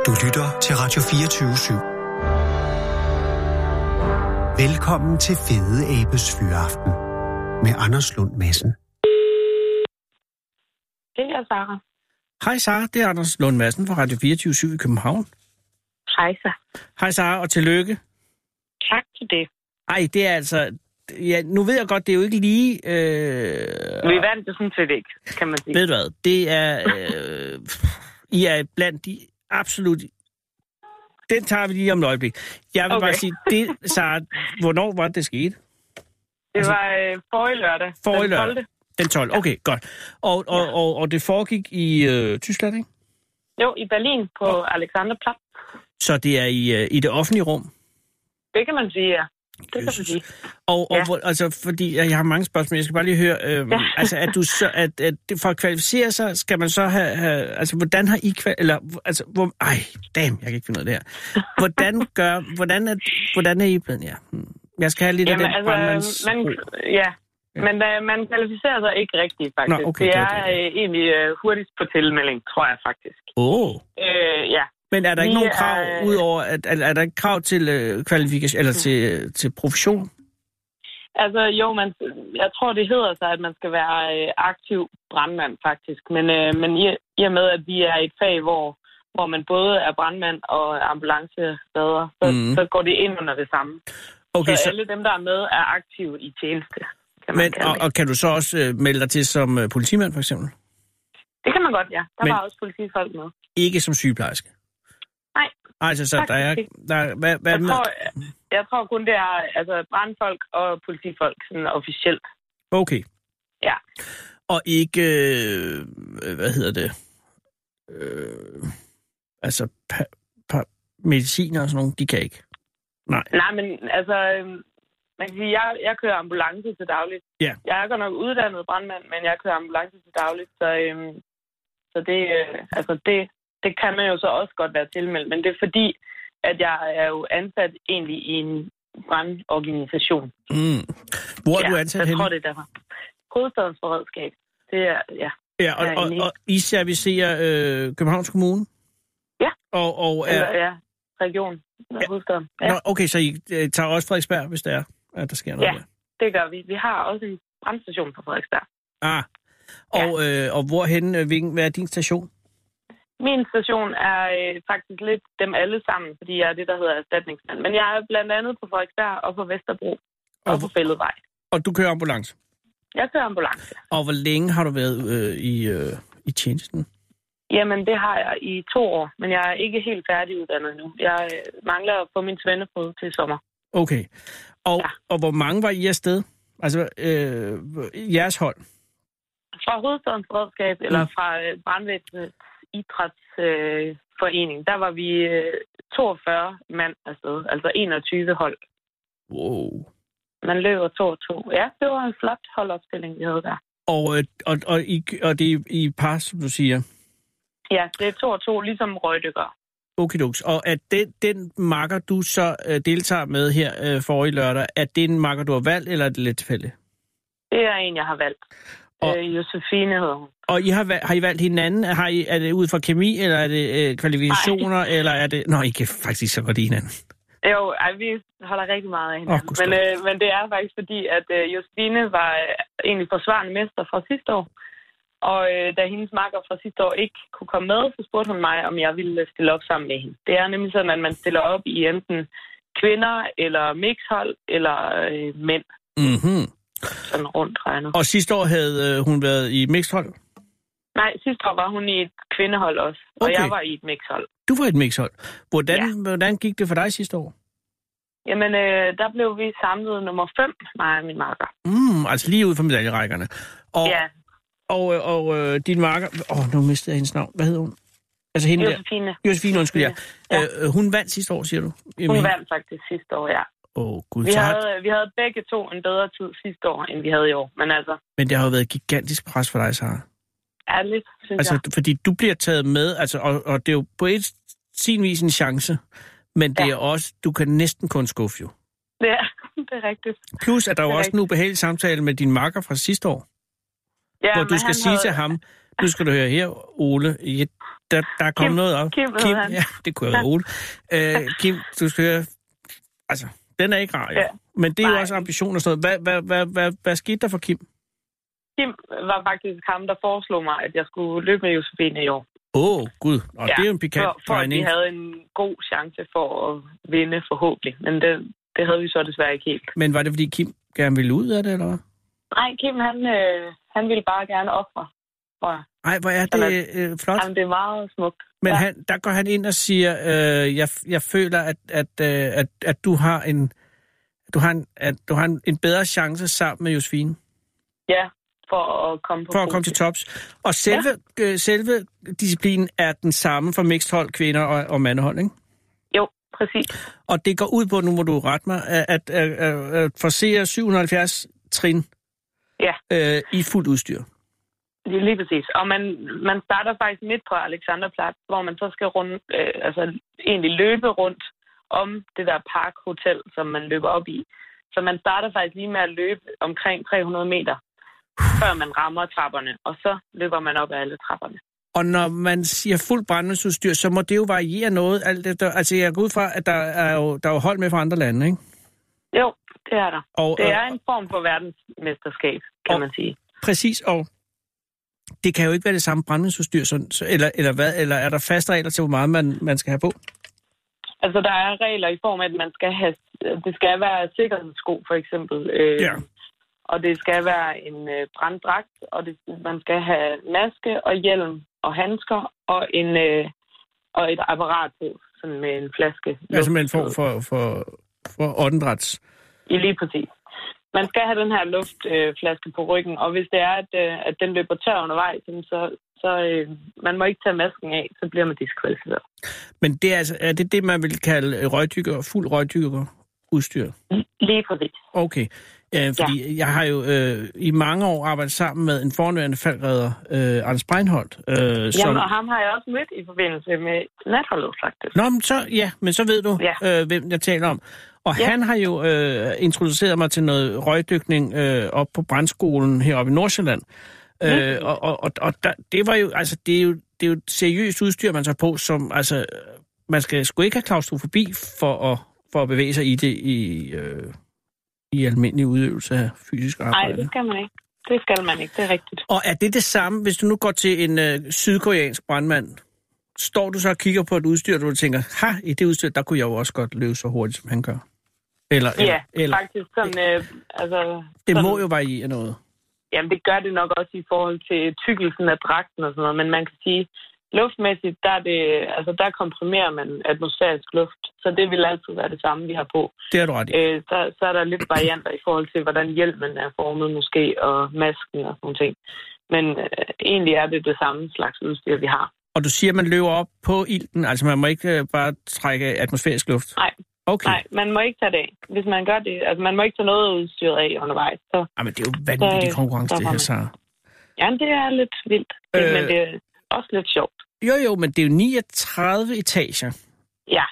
Du lytter til Radio 24/7. Velkommen til Fede Abes Fyraften med Anders Lund Madsen. Det er Sara. Hej Sara, det er Anders Lund Madsen fra Radio 24/7 i København. Hej så. Hej Sara, og tillykke. Tak til det. Ej, det er altså... Ja, nu ved jeg godt, det er jo ikke lige... Vi vandt det sådan set ikke, kan man sige. Ved du hvad, det er... I er blandt de absolut... Den tager vi lige om et øjeblik. Jeg vil bare sige, det, Sara, hvornår var det skete? Det var forrige lørdag. Forrige lørdag. Den 12. Okay, godt. Og det foregik i Tyskland, ikke? Jo, i Berlin på Alexanderplatz. Så det er i det offentlige rum? Det kan man sige, ja. Det kan man sige. Altså, fordi jeg har mange spørgsmål, jeg skal bare lige høre, altså, at du så, at for at kvalificere sig, skal man så have altså, hvordan har I, jeg kan ikke finde ud af det her. Hvordan er I blevet, Jeg skal have lidt af den brandmands... Men man kvalificerer sig ikke rigtigt, faktisk. Nå, okay, det er egentlig hurtigst på tilmelding, tror jeg faktisk. Ja. Men er der ikke nogen krav, udover er der ikke krav til kvalifikation eller til profession? Altså jo, jeg tror det hedder sig, at man skal være aktiv brandmand faktisk. Men i og med at vi er et fag, hvor man både er brandmand og ambulanceredder, så går det ind under det samme. Okay, så alle dem der er med er aktive i tjeneste. Og kan du så også melde dig til som politimand for eksempel? Det kan man godt, ja. Der var også politifolk med. Ikke som sygeplejerske? Nej. Altså, så der er jeg tror kun, det er altså brandfolk og politifolk, sådan officielt. Okay. Ja. Og ikke, altså, mediciner og sådan nogle, de kan ikke? Nej, men altså, man kan sige, jeg kører ambulance til dagligt. Ja. Jeg er godt nok uddannet brandmand, men jeg kører ambulance til dagligt, så det, det kan man jo så også godt være tilmeldt, men det er fordi, at jeg er jo ansat egentlig i en brandorganisation. Hvor er du ansat henne? Jeg tror, det er derfor. Hovedstadens beredskab. Det er, Ja, og I servicerer Københavns Kommune? Ja. Og region. Hovedstaden. Ja. Nå, okay, så I tager også Frederiksberg, hvis det er, at der sker noget der? Ja, det gør vi. Vi har også en brandstation på Frederiksberg. Og hvorhen, hvad er din station? Min station er faktisk lidt dem alle sammen, fordi jeg er det, der hedder erstatningsmand. Men jeg er blandt andet på Frederiksberg og på Vesterbro og på Fælledvej. Og du kører ambulance? Jeg kører ambulance. Og hvor længe har du været i tjenesten? Jamen, det har jeg i 2 år, men jeg er ikke helt færdiguddannet nu. Jeg mangler at få min svendeprøve til sommer. Okay. Og hvor mange var I afsted? Altså, jeres hold? Fra Hovedstadens beredskab, eller fra brandvæsenets idrætsforening, der var vi 42 mand afsted, altså 21 hold. Wow. Man løber 2 og 2. Ja, det var en flot holdopstilling, vi havde der. Og det er i par, som du siger? Ja, det er 2 og 2, ligesom røgdykker. Okidoks. Og at den makker, du så deltager med her forrige lørdag, er det en makker, du har valgt, eller er det lidt tilfældigt? Det er en, jeg har valgt. Josefine hedder hun. Og har I valgt hinanden? Er det ud fra kemi, eller er det kvalifikationer, eller er det... Nå, I kan faktisk så godt lide hinanden. Jo, vi holder rigtig meget af hinanden. Men det er faktisk fordi, at Josefine var egentlig forsvarende mester fra sidste år. Og da hendes makker fra sidste år ikke kunne komme med, så spurgte hun mig, om jeg ville stille op sammen med hende. Det er nemlig sådan, at man stiller op i enten kvinder, eller mixhold, eller mænd. Mhm. Sådan rundt regnet. Og sidste år havde hun været i et mixhold? Nej, sidste år var hun i et kvindehold også, og jeg var i et mixhold. Du var i et mixhold. Hvordan gik det for dig sidste år? Jamen, der blev vi samlet nummer 5, mig og min makker. Altså lige ud fra medaljerækkerne. Og din makker... nu mistede jeg hendes navn. Hvad hedder hun? Altså hende Josefine. Der. Josefine, undskyld, ja. Hun vandt sidste år, siger du? Hun vandt faktisk sidste år, ja. Gud, vi havde begge to en bedre tid sidste år, end vi havde i år. Men det har jo været et gigantisk pres for dig, Sara. Ja, lidt, synes jeg. Fordi du bliver taget med, og det er jo på sin vis en chance, men det er også, du kan næsten kun skuffe jo. Ja, det er rigtigt. Plus, at der er jo også en ubehagelig samtale med din makker fra sidste år. Ja, hvor du skal sige til ham, nu skal du høre her, Ole, Der er kommet noget op. Kim, ja, det kunne jeg roligt. Kim, du skal høre... Altså, den er ikke rar, ja. Men det er jo også ambition og sådan noget. Hvad skete der for Kim? Kim var faktisk ham, der foreslog mig, at jeg skulle løbe med Josefine i år. Gud. Og det er jo en pikant for at vi havde en god chance for at vinde forhåbentlig. Men det havde vi så desværre ikke helt. Men var det, fordi Kim gerne ville ud af det, eller hvad? Nej, Kim, han ville bare gerne ofre. Nej, hvor er det flot. Jamen, det er meget smukt. Men der går han ind og siger, jeg føler, at du har en bedre chance sammen med Josefine. Ja, for at komme til tops. Og selve disciplinen er den samme for mixed hold, kvinder og mandehold, ikke? Jo, præcis. Og det går ud på, nu må du rette mig, at forsere 770 trin i fuldt udstyr. Det er lige præcis. Og man starter faktisk midt på Alexanderplatz, hvor man så skal egentlig løbe rundt om det der parkhotel, som man løber op i. Så man starter faktisk lige med at løbe omkring 300 meter, før man rammer trapperne, og så løber man op ad alle trapperne. Og når man siger fuld brandmandsudstyr, så må det jo variere noget. Altså jeg går ud fra, at der er jo hold med fra andre lande, ikke? Jo, det er der. Og det er en form for verdensmesterskab, kan man sige. Præcis, og det kan jo ikke være det samme brandmandsudstyr, eller hvad? Eller er der faste regler til, hvor meget man skal have på? Altså, der er regler i form af, at det skal være sikkerhedssko, for eksempel. Og det skal være en branddragt, og man skal have maske og hjelm og handsker og et apparat på, sådan med en flaske. Altså med en form for åndedræts. Ja, lige præcis. Man skal have den her luftflaske på ryggen, og hvis det er, at den løber tør undervejs, så man må ikke tage masken af, så bliver man diskvalificeret. Men det er det, man vil kalde fuld røgdykkerudstyr? Lige præcis. Okay. Fordi jeg har jo i mange år arbejdet sammen med en fornærende faldredder, Anders Breinholt. Og ham har jeg også mødt i forbindelse med natholdet, faktisk. Nå, men så ved du, hvem jeg taler om. Og han har jo introduceret mig til noget røgdykning op på brandskolen heroppe i Nordsjælland. Det var jo, altså, det er jo et seriøst udstyr, man tager på, som, altså, man skal sgu ikke have klaustrofobi for at bevæge sig i det i almindelig udøvelse af fysisk arbejde. Nej, det skal man ikke. Det skal man ikke, det er rigtigt. Og er det samme, hvis du nu går til en sydkoreansk brandmand? Står du så og kigger på et udstyr, og du tænker, i det udstyr, der kunne jeg jo også godt løbe så hurtigt, som han gør? Eller, faktisk sådan, det sådan, må jo variere noget. Jamen, det gør det nok også i forhold til tykkelsen af dragten og sådan noget, men man kan sige, luftmæssigt, der komprimerer man atmosfærisk luft, så det vil altid være det samme, vi har på. Det er du ret i. Så er der lidt varianter i forhold til, hvordan hjelmen er formet måske, og masken og sådan ting. Men egentlig er det samme slags udstyr, vi har. Og du siger, at man løber op på ilten, altså man må ikke bare trække atmosfærisk luft? Nej. Okay. Nej, man må ikke tage det af. Hvis man gør det, altså man må ikke tage noget udstyret af undervejs. Men det er jo vanvittig konkurrence, det her, så. Ja, det er lidt vildt, men det er også lidt sjovt. Jo, men det er jo 39 etager. Ja.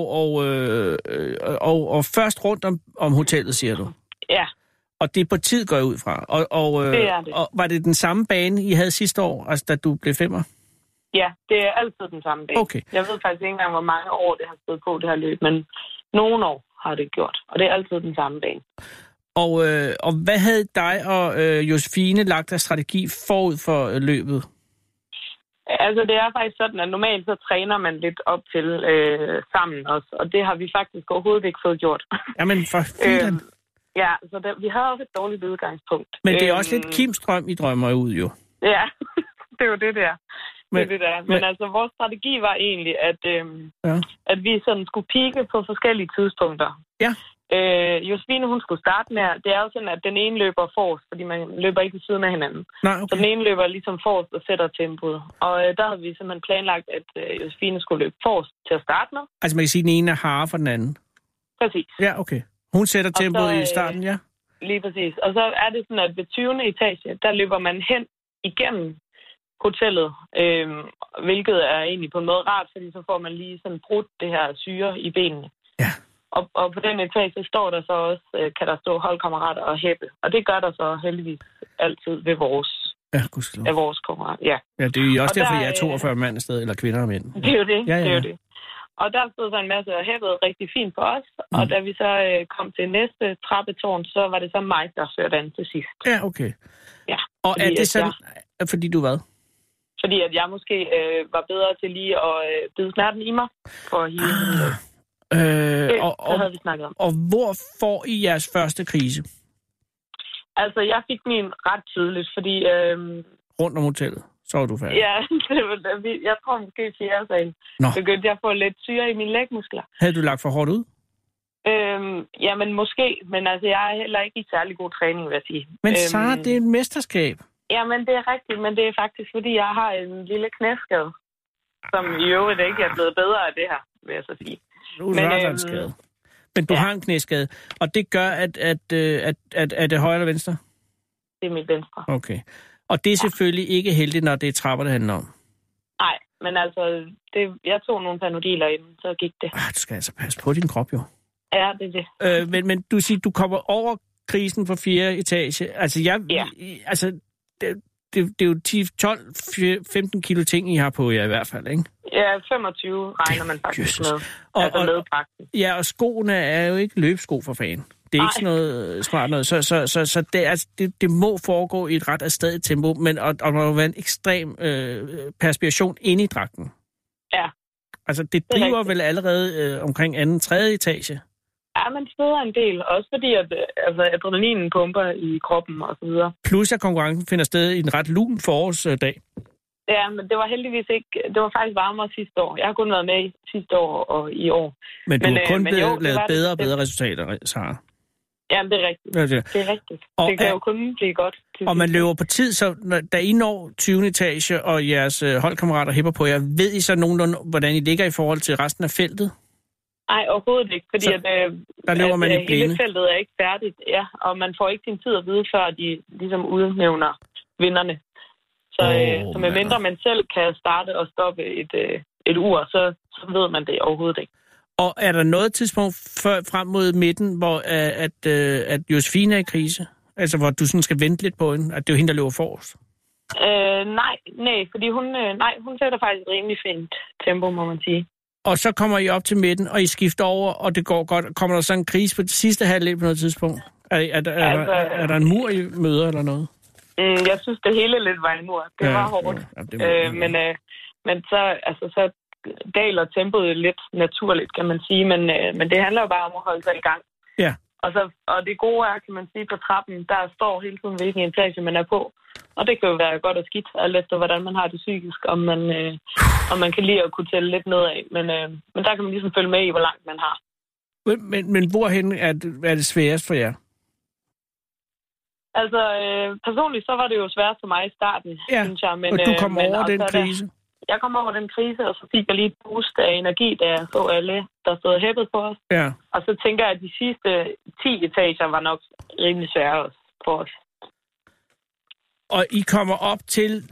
Og først rundt om hotellet, siger du? Ja. Og det er på tid, går jeg ud fra. Det er det. Og var det den samme bane, I havde sidste år, altså da du blev 5'er? Ja, det er altid den samme bane. Okay. Jeg ved faktisk ikke engang, hvor mange år det har stået på, det her løb, men nogle år har det gjort, og det er altid den samme bane. Og hvad havde dig og Josefine lagt af strategi forud for løbet? Altså, det er faktisk sådan, at normalt så træner man lidt op til sammen også, og det har vi faktisk overhovedet ikke fået gjort. Jamen, for filen. Ja, så vi havde også et dårligt udgangspunkt. Men det er også lidt Kims drøm, I drømmer ud, jo. Ja, det er jo det der. Men altså, vores strategi var egentlig, at vi sådan skulle pike på forskellige tidspunkter. Ja. Josefine, hun skulle starte med, det er jo sådan, at den ene løber forrest, fordi man løber ikke ved siden af hinanden. Nej, okay. Så den ene løber ligesom forrest og sætter tempoet. Og der havde vi simpelthen planlagt, at Josefine skulle løbe forrest til at starte med. Altså man kan sige, at den ene er harde for den anden? Præcis. Ja, okay. Hun sætter tempoet i starten, ja? Lige præcis. Og så er det sådan, at ved 20. etage, der løber man hen igennem hotellet, hvilket er egentlig på en måde rart, fordi så får man lige sådan brudt det her syre i benene. Ja. Og på den etage står der så også, kan der stå holdkammerater og hæppe. Og det gør der så heldigvis altid ved vores af vores konkurrenter. Ja, det er jo også derfor, jeg er 42 mand afsted, eller kvinder og mænd. Det er jo det, det er jo det. Og der stod så en masse og hæppede rigtig fint for os, og da vi så kom til næste trappetårn, så var det så mig, der førte an til sidst. Ja, okay. Ja. Og er det sådan, fordi du hvad? Fordi at jeg måske var bedre til lige at bide smerten i mig, for at hive det havde vi snakket om. Og hvor får I jeres første krise? Altså, jeg fik min ret tydeligt, fordi... rundt om hotellet? Så var du færdig? Ja, jeg tror måske i 4. sal. Begyndte jeg at få lidt syre i mine lægmuskler. Havde du lagt for hårdt ud? Jamen, måske. Men altså, jeg er heller ikke i særlig god træning, vil jeg sige. Men Sara, det er et mesterskab. Jamen, det er rigtigt, men det er faktisk, fordi jeg har en lille knæskade, som i øvrigt ikke er blevet bedre af det her, vil jeg så sige. Men du har en knæskade, og det gør, at det højre eller venstre? Det er mit venstre. Okay. Og det er selvfølgelig ikke heldigt, når det er trapper, det handler om? Nej, men altså, jeg tog nogle Panodiler inden, så gik det. Du skal altså passe på din krop, jo. Ja, det er det. Men du siger, du kommer over krisen fra 4. etage. Altså, det er jo 10, 12, 15 kilo ting, I har på jer i hvert fald, ikke? Ja, 25 regner man faktisk med. Altså med praktisk. Ja, og skoene er jo ikke løbesko for fanden. Det er ikke sådan noget smart noget. Så det, altså, det må foregå i et ret afstadigt tempo, og der må være en ekstrem perspiration inde i dragten. Ja. Altså, det driver vel allerede omkring 2. 3. etage? Ja, man sveder en del. Også fordi, at adrenalinen pumper i kroppen og så videre. Plus, at konkurrencen finder sted i en ret lun forårsdag. Ja, men det var heldigvis ikke... Det var faktisk varmere sidste år. Jeg har kun været med sidste år og i år. Men du har kun lavet bedre og bedre resultater, Sara. Ja, det er rigtigt. Det er rigtigt. Og det kan jo kun blive godt. Og man løber på tid, så da I når 20. etage, og jeres holdkammerater hæpper på jer, ved I så nogenlunde, hvordan I ligger i forhold til resten af feltet? Nej, overhovedet ikke, fordi der løber man i blinde. Hele feltet er ikke færdigt, ja, og man får ikke sin tid at vide, før de ligesom udnævner vinderne. Så medmindre man selv kan starte og stoppe et ur, så ved man det overhovedet ikke. Og er der noget tidspunkt frem mod midten, hvor at Josefine er i krise? Altså, hvor du sådan skal vente lidt på hende? At det er jo hende, der løber forrest? Nej, fordi hun sætter faktisk rimelig fint tempo, må man sige. Og så kommer I op til midten, og I skifter over, og det går godt. Kommer der så en krise på det sidste halvdel på noget tidspunkt? Er der en mur, I møder eller noget? Jeg synes, det hele lidt var en mur. Det var hårdt. Men så daler tempoet lidt naturligt, kan man sige. Men det handler jo bare om at holde sig i gang. Ja. Og det gode er, kan man sige, på trappen, der står hele tiden, hvilken etage man er på. Og det kan jo være godt og skidt, alt efter hvordan man har det psykisk, om man kan lide at kunne tælle lidt nedad. Men der kan man ligesom følge med i, hvor langt man har. Men hvorhen er det sværest for jer? Altså, personligt, så var det jo sværest for mig i starten, synes jeg. Men, og du kom over den krise? Jeg kom over den krise, og så fik jeg lige et boost af energi, da jeg så alle, der stod hæppet på os. Ja. Og så tænker jeg, at de sidste 10 etager var nok rimelig svære for os. Og I kommer op til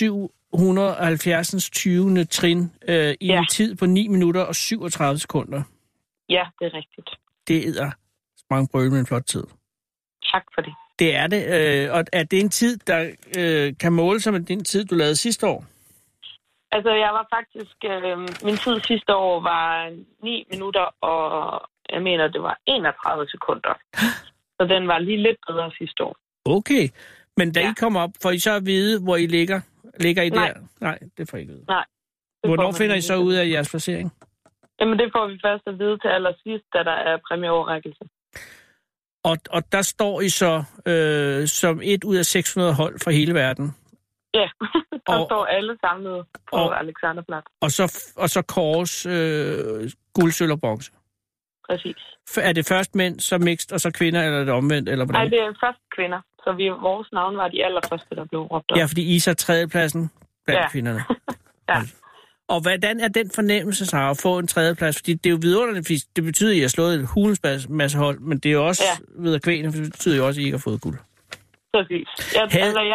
770. 20. trin i en tid på 9 minutter og 37 sekunder. Ja, det er rigtigt. Det er mange brøl med en flot tid. Tak for det. Det er det. Og er det en tid, der kan måle sig med den tid, du lavede sidste år? Altså, jeg var faktisk... min tid sidste år var 9 minutter, og jeg mener, det var 31 sekunder. Så den var lige lidt bedre sidste år. Okay. Men da I kommer op, får I så at vide, hvor I ligger? Ligger I Nej. der? Nej, det får I ikke vide. Nej. Hvornår finder I så ud af jeres placering? Jamen, det får vi først at vide til allersidst, da der er præmieoverrækkelse. Og der står I så som 1 ud af 600 hold fra hele verden? Ja, der står alle samlet på Alexanderplatz. Og så kåres guld, sølv og bronze? Præcis. Er det først mænd, så mixed, og så kvinder, eller er det omvendt? Eller hvordan? Nej, det er først kvinder. Så vores navn var de allerførste, der blev råbt op. Ja, fordi I så tredjepladsen blandt kvinderne. Ja. Og hvordan er den fornemmelse, så at få en tredjeplads? Fordi det er jo vidunderligt, fordi det betyder, at I har slået et hulens masse hold, men det er jo også ved at kvæne, for det betyder jo også, at I ikke har fået guld. Præcis.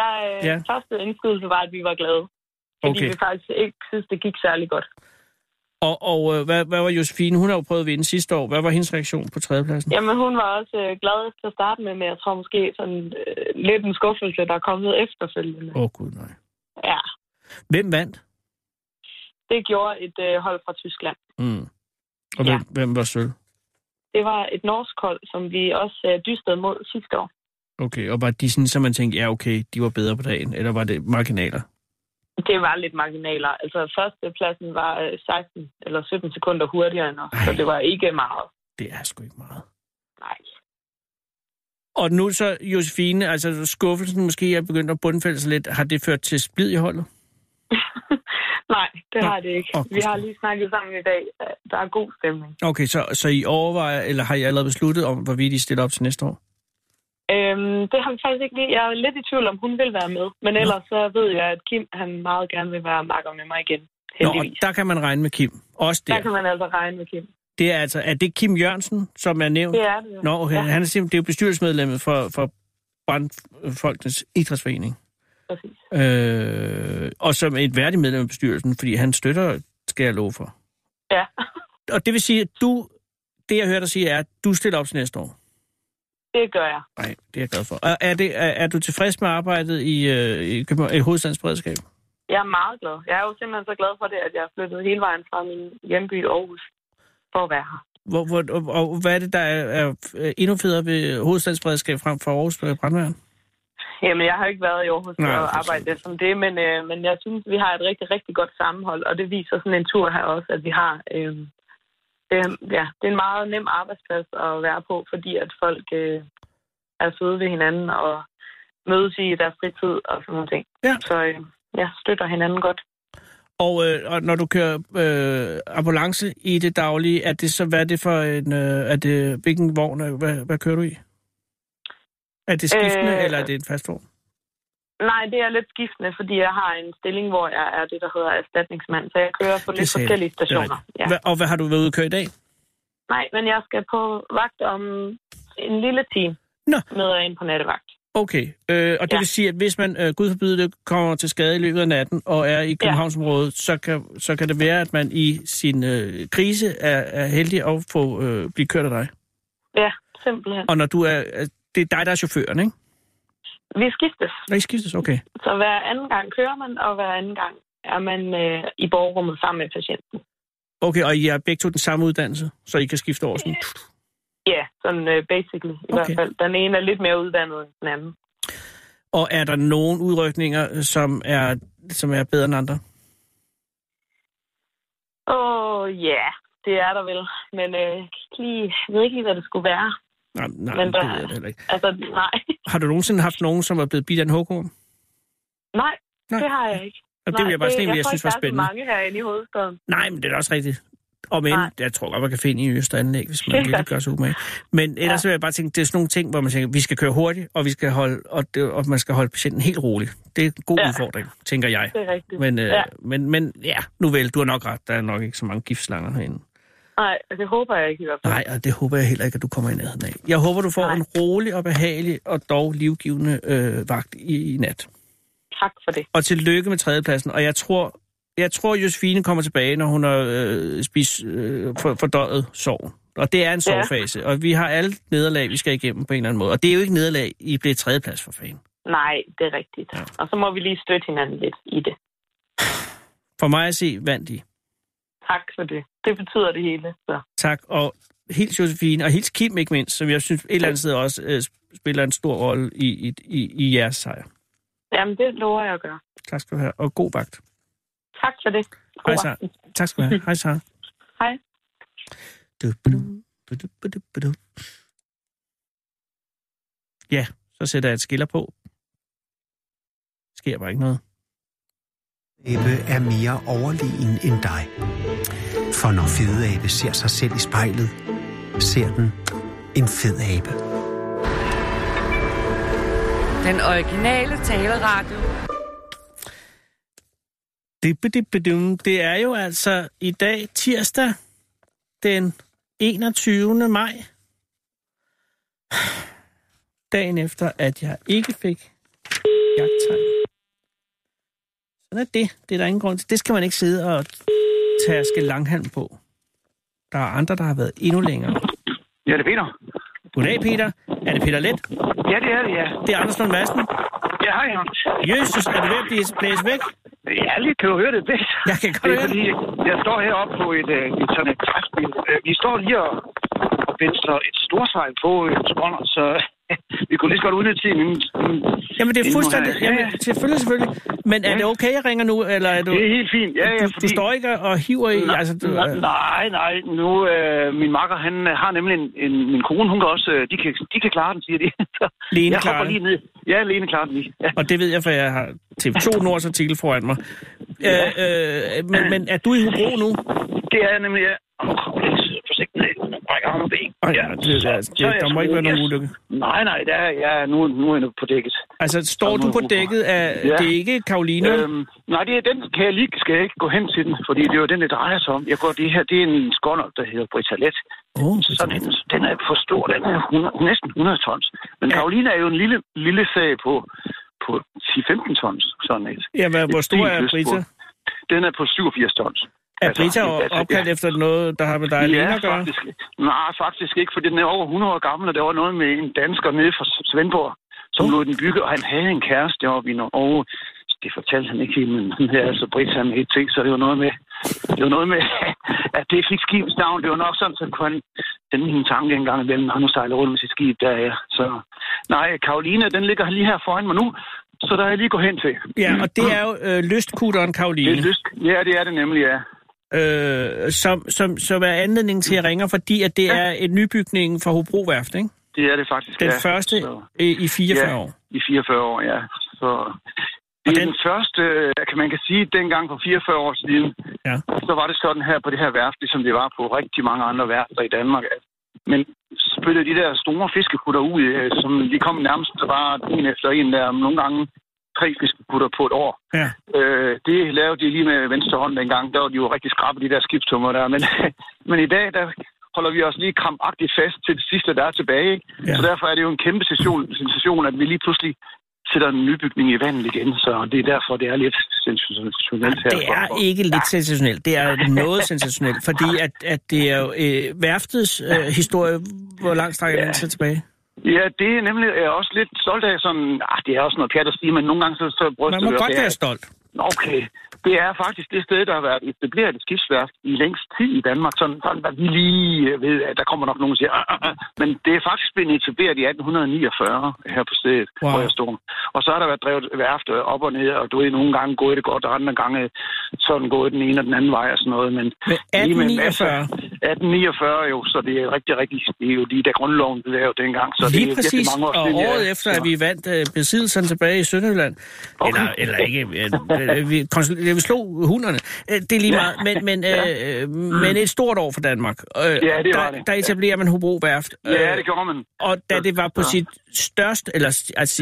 Første indskydelse var, at vi var glade. Fordi vi faktisk ikke synes, det gik særlig godt. Og hvad var Josefine? Hun har jo prøvet at vinde sidste år. Hvad var hendes reaktion på tredjepladsen? Jamen, hun var også glad til at starte med, men jeg tror måske sådan lidt en skuffelse, der er kommet efterfølgende. Gud, nej. Ja. Hvem vandt? Det gjorde et hold fra Tyskland. Og hvem var sølv? Det var et norsk hold, som vi også dystede mod sidste år. Okay, og var de sådan, så man tænkte, ja okay, de var bedre på dagen, eller var det marginaler? Det var lidt marginaler. Altså førstepladsen var 16 eller 17 sekunder hurtigere end os, så det var ikke meget. Det er sgu ikke meget. Nej. Og nu så, Josefine, altså skuffelsen måske er begyndt at bundfælde sig lidt. Har det ført til splid i holdet? Nej, det har det ikke. Vi har lige snakket sammen i dag. Der er god stemning. Okay, så I overvejer, eller har I allerede besluttet om, hvorvidt I stiller op til næste år? Det har vi faktisk ikke lige. Jeg er lidt i tvivl om, hun vil være med. Men ellers så ved jeg, at Kim han meget gerne vil være makker med mig igen. Heldigvis. Og der kan man regne med Kim. Også der kan man altså regne med Kim. Det er det Kim Jørgensen, som er nævnt? Det er det jo. Okay. Ja. Han er jo bestyrelsesmedlemmet for Brandfolkenes Idrætsforening. Præcis. Og som et værdigt medlem af bestyrelsen, fordi han støtter, skal jeg love for. Ja. Og det vil sige, at det jeg hørte dig sige, er, at du stiller op til næste år. Det gør jeg. Nej, det er jeg glad for. Er du tilfreds med arbejdet i Hovedstadens Beredskab? Jeg er meget glad. Jeg er jo simpelthen så glad for det, at jeg er flyttet hele vejen fra min hjemby Aarhus for at være her. Og hvad er det, der er endnu federe ved Hovedstadens Beredskab frem for Aarhus Brandværn? Jamen, jeg har ikke været i Aarhus for at arbejde som det, men jeg synes, vi har et rigtig, rigtig godt sammenhold, og det viser sådan en tur her også, at vi har... det er en meget nem arbejdsplads at være på, fordi at folk er søde ved hinanden og mødes i deres fritid og sådan nogle ting. Ja. Så jeg støtter hinanden godt. Og når du kører ambulance i det daglige, er det så, hvad er det for en... hvilken vogn, hvad kører du i? Er det skiftende, eller er det en fast vogn? Nej, det er lidt skiftende, fordi jeg har en stilling, hvor jeg er det, der hedder erstatningsmand, så jeg kører på lidt forskellige stationer. Ja. Og hvad har du været ude at køre i dag? Nej, men jeg skal på vagt om en lille time. Med ind på nattevagt. Okay, og det vil sige, at hvis man, Gud forbyde det, kommer til skade i løbet af natten og er i Københavnsområdet, så kan det være, at man i sin krise er heldig at få blive kørt af dig? Ja, simpelthen. Og når du det er dig, der er chaufføren, ikke? Vi skiftes. I skiftes, okay. Så hver anden gang kører man, og hver anden gang er man i borgerrummet sammen med patienten. Okay, og I har begge to den samme uddannelse, så I kan skifte over sådan? Ja, sådan basically i hvert fald. Den ene er lidt mere uddannet end den anden. Og er der nogen udrykninger, som er bedre end andre? Ja, det er der vel. Men jeg ved ikke lige, hvad det skulle være. Nej, men det ved jeg heller ikke. Altså, nej. Har du nogensinde haft nogen, som er blevet bidt af en hugorm? Nej, det har jeg ikke. Og det vil jeg bare sige, jeg synes var spændende. Jeg tror ikke, der er så mange herinde i hovedstaden. Nej, men det er også rigtigt. Og men, jeg tror godt, man kan finde i Østeranlæg, hvis man virkelig gør sig umage. Men ellers vil jeg bare tænke, det er sådan nogle ting, hvor man tænker, vi skal køre hurtigt, og vi skal holde, og man skal holde patienten helt rolig. Det er en god udfordring, tænker jeg. Det er rigtigt. Men nu vel, du har nok ret. Der er nok ikke så mange giftslanger herinde. Nej, det håber jeg ikke i hvert fald. Nej, og det håber jeg heller ikke, at du kommer i nærheden af. Jeg håber, du får en rolig og behagelig og dog livgivende vagt i nat. Tak for det. Og tillykke med tredjepladsen. Og jeg tror, Josefine kommer tilbage, når hun har spist fordøjet sorg. Og det er en sorgfase. Og vi har alle nederlag, vi skal igennem på en eller anden måde. Og det er jo ikke nederlag, I bliver tredjeplads for fanden. Nej, det er rigtigt. Ja. Og så må vi lige støtte hinanden lidt i det. For mig at se, vandt I. Tak for det. Det betyder det hele. Så. Tak, og hils Josefine, og hils Kim ikke mindst, som jeg synes et eller andet sted også spiller en stor rolle i jeres sejr. Jamen, det lover jeg at gøre. Tak skal du have, og god vagt. Tak for det. Hej, Sara. Tak skal du have. Hej, Sara. Hej. Ja, så sætter jeg et skiller på. Sker bare ikke noget. Abe er mere overlegen end dig. For når fede abe ser sig selv i spejlet, ser den en fed abe. Den originale taleradio. Det er jo altså i dag tirsdag den 21. maj. Dagen efter, at jeg ikke fik jagttegn. Sådan er det. Det er der ingen grund til. Det skal man ikke sidde og taske langhalm på. Der er andre, der har været endnu længere. Ja, det er Peter. Goddag, Peter. Er det Peter Let? Ja, det er det, ja. Det er Anders Lund Madsen. Ja, hej, Hans. Jesus, er du ved at blive blæst væk? Ja, lige kan du høre det bedst. Jeg kan godt høre det. Jeg står heroppe på et sådan et træspil. Vi står lige og venstre et storsejl på skånder, så vi kunne lige så godt udnytte tiden. Jamen, det er fuldstændig... Jamen, selvfølgelig. Men er det okay, jeg ringer nu, eller er du... Det er helt fint, ja. Du står ikke og hiver i... Nej. Nu, min makker, han har nemlig min kone, hun kan også... De kan klare den, siger de. Lene klarer lige ned. Ja, Lene klarer den lige. Ja. Og det ved jeg, for jeg har TV2 Nords artikel foran mig. Men er du i Hobro nu? Det er jeg nemlig, ja. Forsigtigt, brækker ham og ben. Der må ikke være nogen ulykke. Nej, nu er jeg på dækket. Altså, står du på dækket af... Ja. Det er ikke Karoline? Nej, det er den, skal jeg ikke gå hen til den, fordi det er jo den, det drejer sig om. Det er en skånder, der hedder Brita Let. Den er for stor, den er næsten 100 tons. Men Karoline er jo en lille sag på 10-15 tons, sådan et. Ja, hvor stor er Brita? Den er på 87 tons. Er Brita opkaldt efter noget, der har med dig alene at gøre? Faktisk ikke, for den er over 100 år gammel, og der var noget med en dansker nede fra Svendborg, som lod den bygge, og han havde en kæreste deroppe i Norge. Det fortalte han ikke helt, men han havde altså Brita med et ting, så det var noget med, at det fik skibets navn. Det var nok sådan, så kunne han sende en tanke en gang imellem, når han sejler rundt med sit skib der. Ja. Så nej, Karoline, den ligger lige her foran mig nu. Så der er jeg lige gået hen til. Ja, og det er jo lystkutteren Karoline. Ja, det er det nemlig, ja. Som er anledningen til, at jeg ringer, fordi at det er et nybygning fra Hobro Værft, ikke? Det er det faktisk, Den første i 44 år. I 44 år, ja. Så det er den første, man kan sige, dengang for 44 år siden, så var det sådan her på det her værft, ligesom det var på rigtig mange andre værfter i Danmark. Men spillede de der store fiskekutter ud, som de kom nærmest bare en efter en der, nogle gange 3 fiskekutter på et år. Ja. Det lavede de lige med venstre hånd dengang. Der var de jo rigtig skrappe, de der skibstummer der. Men i dag, der holder vi os lige krampagtigt fast til det sidste, der er tilbage. Ikke? Ja. Så derfor er det jo en kæmpe sensation, at vi lige pludselig sætter en nybygning i vandet igen. Så det er derfor, det er lidt sensationelt her. Det er ikke lidt sensationelt. Det er noget sensationelt, fordi at det er jo værftets historie. Hvor langt strækker den sig tilbage? Ja, det er nemlig også lidt stolt af sådan... det er også noget pjat at sige, men nogle gange så bryster man må godt være stolt. Okay. Det er faktisk det sted, der har været etableret et skibsværft i længst tid i Danmark. Sådan at vi lige ved, at der kommer nok nogen, der siger... Men det er faktisk blevet etableret i 1849 her på stedet, hvor jeg står. Og så har der været drevet værft op og ned, og du ved, nogle gange gået det godt, og andre gange sådan gået den ene og den anden vej og sådan noget. Men 1849? 1849 jo, så det er rigtig... Det er jo lige da grundloven blev lavet dengang. Så lige det er præcis, mange år og siden, året efter, at vi vandt besiddelsen tilbage i Sønderjylland. Okay. Eller ikke... Vi slog hunderne. Det er lige meget. Men et stort år for Danmark. Der etablerer man Hobro Værft. Ja, det gjorde man. Og da det var på sit største, eller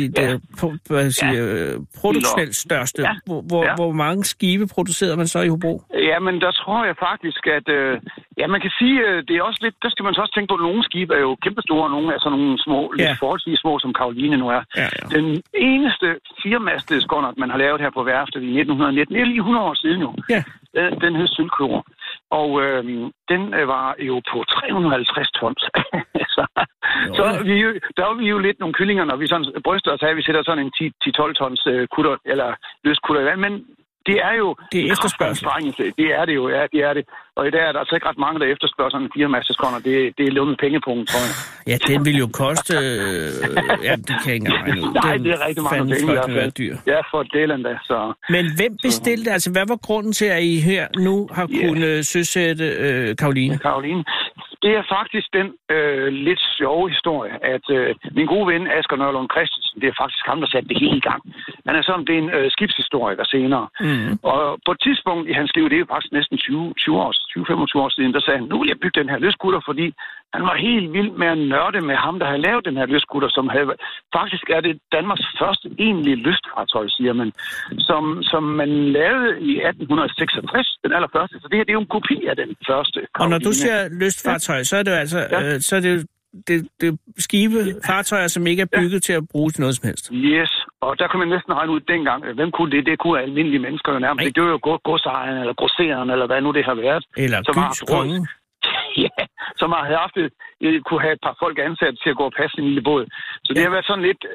produktionelt største, hvor mange skibe producerede man så i Hobro? Ja, men der tror jeg faktisk, at... man kan sige, det er også lidt... Der skal man så også tænke på, at nogle skibe er jo kæmpestore, og nogle er sådan nogle små, lidt forholdsvis små, som Karoline nu er. Ja. Den eneste 4-mastede skåndert, man har lavet her på værftet i 1919, det er lige 100 år siden jo. Ja. Den hed Sølvklor. Og den var jo på 350 tons. så der var vi jo lidt nogle kyllinger, når vi sådan bryster os af, at vi sætter sådan en 10-12 tons kutter, eller løskutter i vand. Men det er jo... Det er efterspørgsel. Det er det jo, ja, det er det. Og i dag er der altså ikke ret mange, der efterspørger sådan en 4-masteskånder. Det er lånet pengepunkt, tror jeg. Ja, den vil jo koste... det kan ikke engang regne ud. Nej, det er rigtig mange penge i hvert fald. Dyr. Ja, for delen da, så... Men hvem bestilte, altså hvad var grunden til, at I her nu har kunnet søsætte Karoline? Karoline. Det er faktisk den lidt sjove historie, at min gode ven Asger Nørlund Christensen, det er faktisk ham, der satte det hele i gang. Han er sådan, det er en skibshistoriker senere. Mm. Og på et tidspunkt i hans liv, det er jo faktisk næsten 20-25 år siden, der sagde han, nu vil jeg bygge den her løskutter, fordi han var helt vild med at nørde med ham, der havde lavet den her løskutter, som havde, faktisk er det Danmarks første egentlige lystfartøj, siger man, som man lavede i 1866, den allerførste. Så det her, det er jo en kopi af den første. Og når du siger lystfartøj, så er det jo altså, så er det jo det skibe, fartøjer, som ikke er bygget til at bruge til noget som helst. Yes, Og der kunne man næsten regne ud dengang, hvem kunne det? Det kunne almindelige mennesker jo nærmest. Det var jo godsejeren eller grosseren, eller hvad nu det har været. Eller gyskongen. Ja, som har haft kunne have et par folk ansat til at gå og passe en lille båd. Så det har været sådan lidt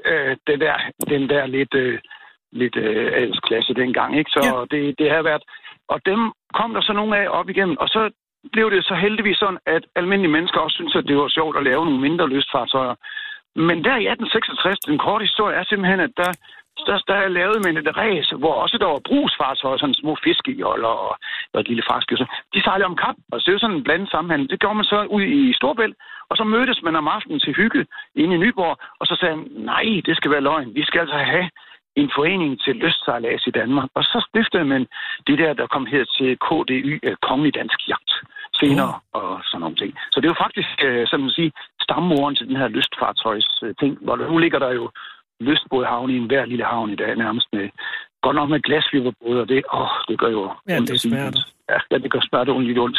den der lidt adelsklasse dengang, ikke? Så det har været... Og dem kom der så nogle af op igennem, og så blev det så heldigvis sådan, at almindelige mennesker også synes, at det var sjovt at lave nogle mindre lystfartøjer. Men der i 1866, den korte historie er simpelthen, at der lavede man et ræs, hvor også der var brugsfartøjer, sådan små fiskejoller og et lille farskib. De sejlede om kap, og det er jo sådan en blandet sammenhæng. Det gjorde man så ud i Storebælt, og så mødtes man om aftenen til hygge inde i Nyborg, og så sagde man, nej, det skal være løgn. Vi skal altså have en forening til lystsejlads i Danmark. Og så stiftede man det der kom her til KDY, Kongelig Dansk Jagt, senere og sådan nogle ting. Så det er jo faktisk, som man siger, stammoren til den her lystfartøjs ting, hvor nu ligger der jo lystbådhavn i enhver lille havn i dag, nærmest med, godt nok med glasfiberbåde, og det gør jo... Ja, det smerter. Ja, det gør smerter ondt.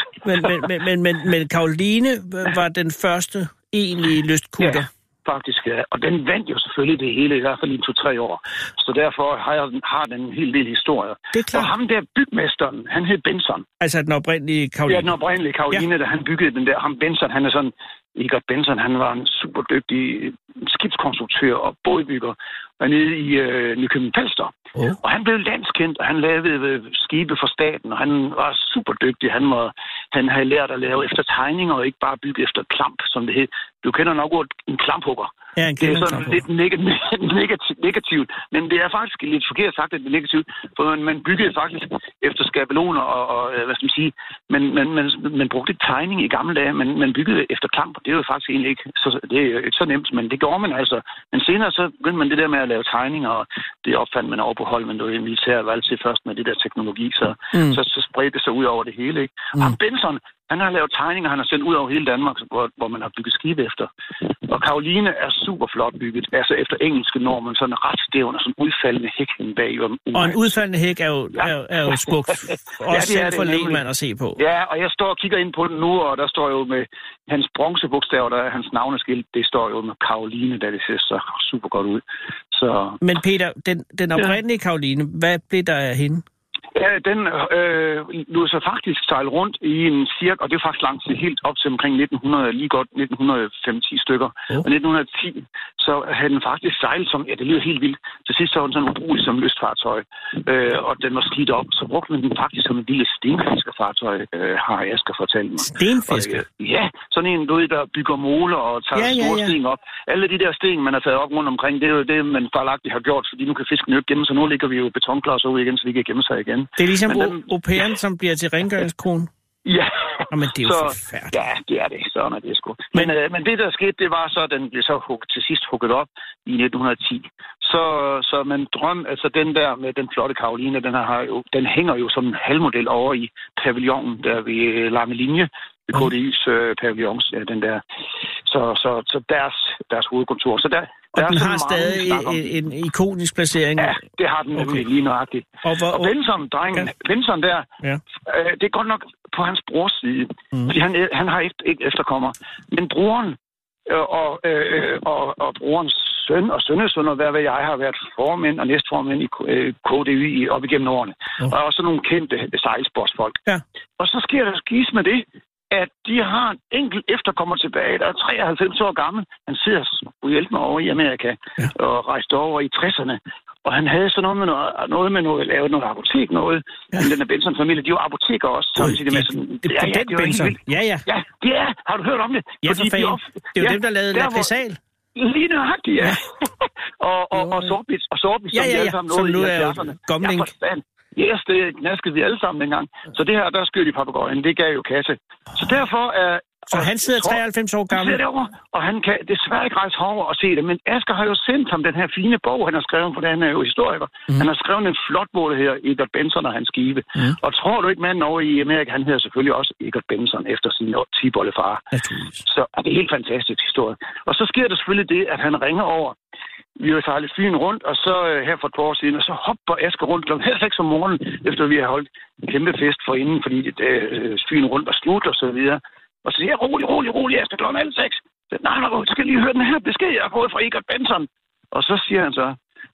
Men Caroline var den første egentlige lystkutter. Ja. Faktisk, ja. Og den vandt jo selvfølgelig det hele, i hvert fald i 2-3 år. Så derfor har den en hel del historier. Det er klart. Og ham der bygmesteren, han hed Benson. Altså den oprindelige Caroline? Ja, den oprindelige Caroline, da han byggede den der. Ham Benson, han er sådan... Egot Benson, han var en super dygtig skibskonstruktør og bådbygger nede i Nykøbing Falster. Og han blev landskendt, og han lavede skibe for staten, og han var super dygtig. Han havde lært at lave efter tegninger, og ikke bare bygge efter klamp, som det hed. Du kender nok ordet en klamphugger. Ja, det er sådan lidt negativt, men det er faktisk lidt forkert sagt, at det er negativt, for man byggede faktisk efter skabeloner og hvad skal man sige, man brugte ikke tegning i gamle dage, men man byggede efter klamp. Det er jo faktisk egentlig ikke så nemt, men det gjorde man altså. Men senere så begyndte man det der med at lave tegninger, og det opfandt man over på Holmen, det var i militæret valg til først med det der teknologi, så spredte det sig ud over det hele, ikke? Og Benson, han har lavet tegninger, han har sendt ud over hele Danmark, hvor man har bygget skibe efter. Og Caroline er super flot bygget, altså efter engelske normer, sådan ret stævn og sådan udfaldende hæk bag. Og en udfaldende hæk er jo smukt. Også selv for lægmand at se på. Ja, og jeg står og kigger ind på den nu, og der står jo med hans bronzebogstaver, der er hans navneskilt, det står jo med Caroline, da det ser så super godt ud. Så... Men Peter, den oprindelige Caroline, hvad blev der af hende? Ja, den lod sig faktisk sejle rundt i en cirka, og det er faktisk langt til helt op til omkring 1900, lige godt 1950 stykker. Og 1910, så havde den faktisk sejlet som, det lyder helt vildt. Til sidst så var den sådan ubrugelig som lystfartøj, og den var slidt op. Så brugte man den faktisk som en lille stenfiskerfartøj, har Asger fortalt mig. Stenfisker? Ja, sådan en, der bygger moler og tager store sten op. Alle de der sten, man har taget op rundt omkring, det er jo det, man fejlagtigt har gjort, fordi nu kan fisken jo ikke gemme sig. Nu ligger vi jo betonklodser ud igen, så vi kan gemme sig igen. Det er ligesom au pairen, som bliver til rengøringskone. Ja. Men det er jo forfærdeligt. Ja, det er det. Sådan er det sgu. Men det, der skete, det var så, at den blev så til sidst hugget op i 1910. Så man drømte, altså den der med den flotte Caroline, den hænger jo som en halvmodel over i pavillonen, der ved Lange Linje, ved KDY's pavillons, den der. Så deres hovedkontor. Så der den har stadig en ikonisk placering. Ja, det har den nemlig lige nøjagtigt. Og Benson, drengen, Benson der, det er godt nok på hans brors side, fordi han har ikke efterkommer. Men broren og brorens søn og sønnesøn, og hvad jeg har været formænd og næstformænd i KDY op igennem årene. Og også nogle kendte sejlsportsfolk. Ja. Og så sker der skis med det, at de har en enkelt efterkommer tilbage, der er 93 år gammel. Han sidder og hjælper over i Amerika og rejste over i 60'erne. Og han havde så noget med noget, lavet noget apotek, noget. Ja. Den der Benson-familie, de er jo apoteker også. Samtidig med sådan... Det er Benson. Ja. Ja, det er. Har du hørt om det? Ja, for fanden. Det er jo dem, der lavede lakridsal. Lige nøjagtigt, ja. og Sorbis, som vi alle sammen nåede i 70'erne. Gomling. Yes, det knaskede vi alle sammen dengang. Så det her, der skød i papegøjen, det gav jo kasse. Så derfor er... Så han sidder 93 år gammel? Han derovre, og han kan desværre ikke rejse herover og se det. Men Asger har jo sendt ham den her fine bog, han har skrevet, for han er jo historiker. Han har skrevet en flot bog, der hedder Egot Benson og hans skibe. Og tror du ikke, manden over i Amerika, han hedder selvfølgelig også Egot Benson efter sin 10-bollefar. Så det er helt fantastisk historie. Og så sker der selvfølgelig det, at han ringer over. Vi har sejlet Fyn rundt, og så her for et par år siden, og så hopper Asger rundt kl. 6 om morgenen, efter vi har holdt en kæmpe fest for inden, fordi Fyn rundt var slut og så videre. Og så siger jeg, rolig, Asger, kl. 6. Nej, så skal jeg lige høre den her besked, jeg har fået fra Egot Benson. Og så siger han så,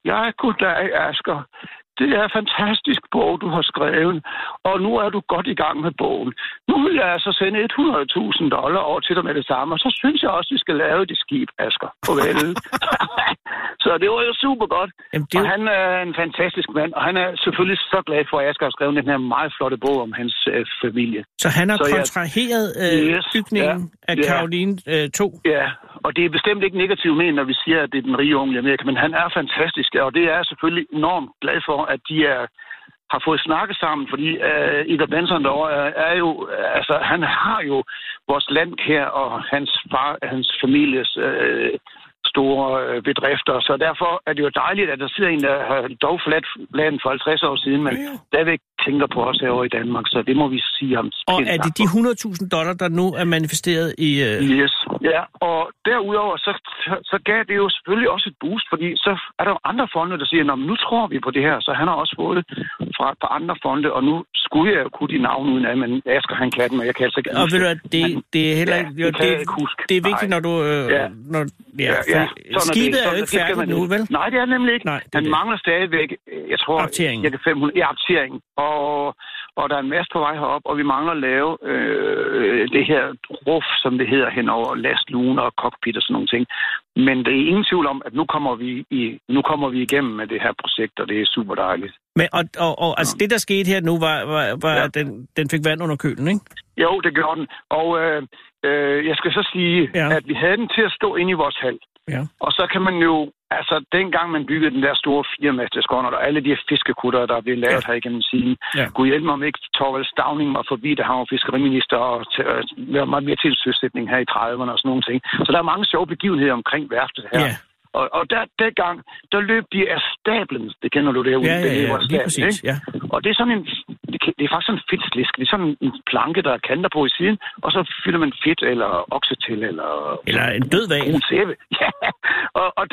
Ja, goddag, Asger. Det er en fantastisk bog, du har skrevet, og nu er du godt i gang med bogen. Nu vil jeg altså sende $100,000 over til dig med det samme, og så synes jeg også, at vi skal lave det skib, Asger. Farvel. Så det var jo super godt. Jamen, og han er en fantastisk mand, og han er selvfølgelig så glad for, at Asger har skrevet den her meget flotte bog om hans familie. Så han har kontraheret bygningen af Caroline 2? Ja, og det er bestemt ikke negativt ment, når vi siger, at det er den rige unge i Amerika, men han er fantastisk, og det er jeg selvfølgelig enormt glad for, at de har fået snakket sammen, fordi Ida Benson derovre er jo, altså han har jo vores land her, og hans families store bedrifter, så derfor er det jo dejligt, at der sidder en, der har dog forladt landet for 50 år siden, men stadigvæk tænker på os herovre i Danmark, så det må vi sige ham. Og er det de $100,000, der nu er manifesteret i... Yes, ja, og derudover, så gav det jo selvfølgelig også et boost, fordi så er der jo andre fonde, der siger, nu tror vi på det her, så han har også fået fra et par andre fonde, og nu skulle jeg jo kunne de navne uden af, men Asger, han kan dem, og jeg kan altså ikke huske. Og ved du, det er heller ikke... Ja, det er vigtigt, når du... skibet er jo ikke færdigt nu, vel? Nej, det er nemlig ikke. Han mangler stadigvæk, jeg tror, cirka 500 i aptering. Og der er en masse på vej herop, og vi mangler at lave det her ruf, som det hedder, hen over lastlugen og cockpit og sådan nogle ting. Men det er ingen tvivl om, at nu kommer vi igennem med det her projekt, og det er super dejligt. Men, og altså det, der skete her nu, var at den fik vand under kølen, ikke? Jo, det gjorde den. Og jeg skal så sige, at vi havde den til at stå inde i vores hal. Ja. Og så kan man jo, altså dengang man byggede den der store 4-masters-skonnert, og alle de her fiskekutter, der er blevet lavet her igennem siden, kunne hjælpe mig om ikke Thorvald Stauning var forbi, da han var fiskeriminister, og lavede meget mere til søsætning her i 30'erne og sådan nogle ting. Så der er mange sjove begivenheder omkring værftet her. Ja. Og dengang, der løb de af stablen, det kender du derude. Ja, præcis, ja. Og det er sådan det er faktisk sådan en fedtslisk. Det er sådan en planke, der er kanter på i siden, og så fylder man fedt eller oksetil eller en død hval. Ja, og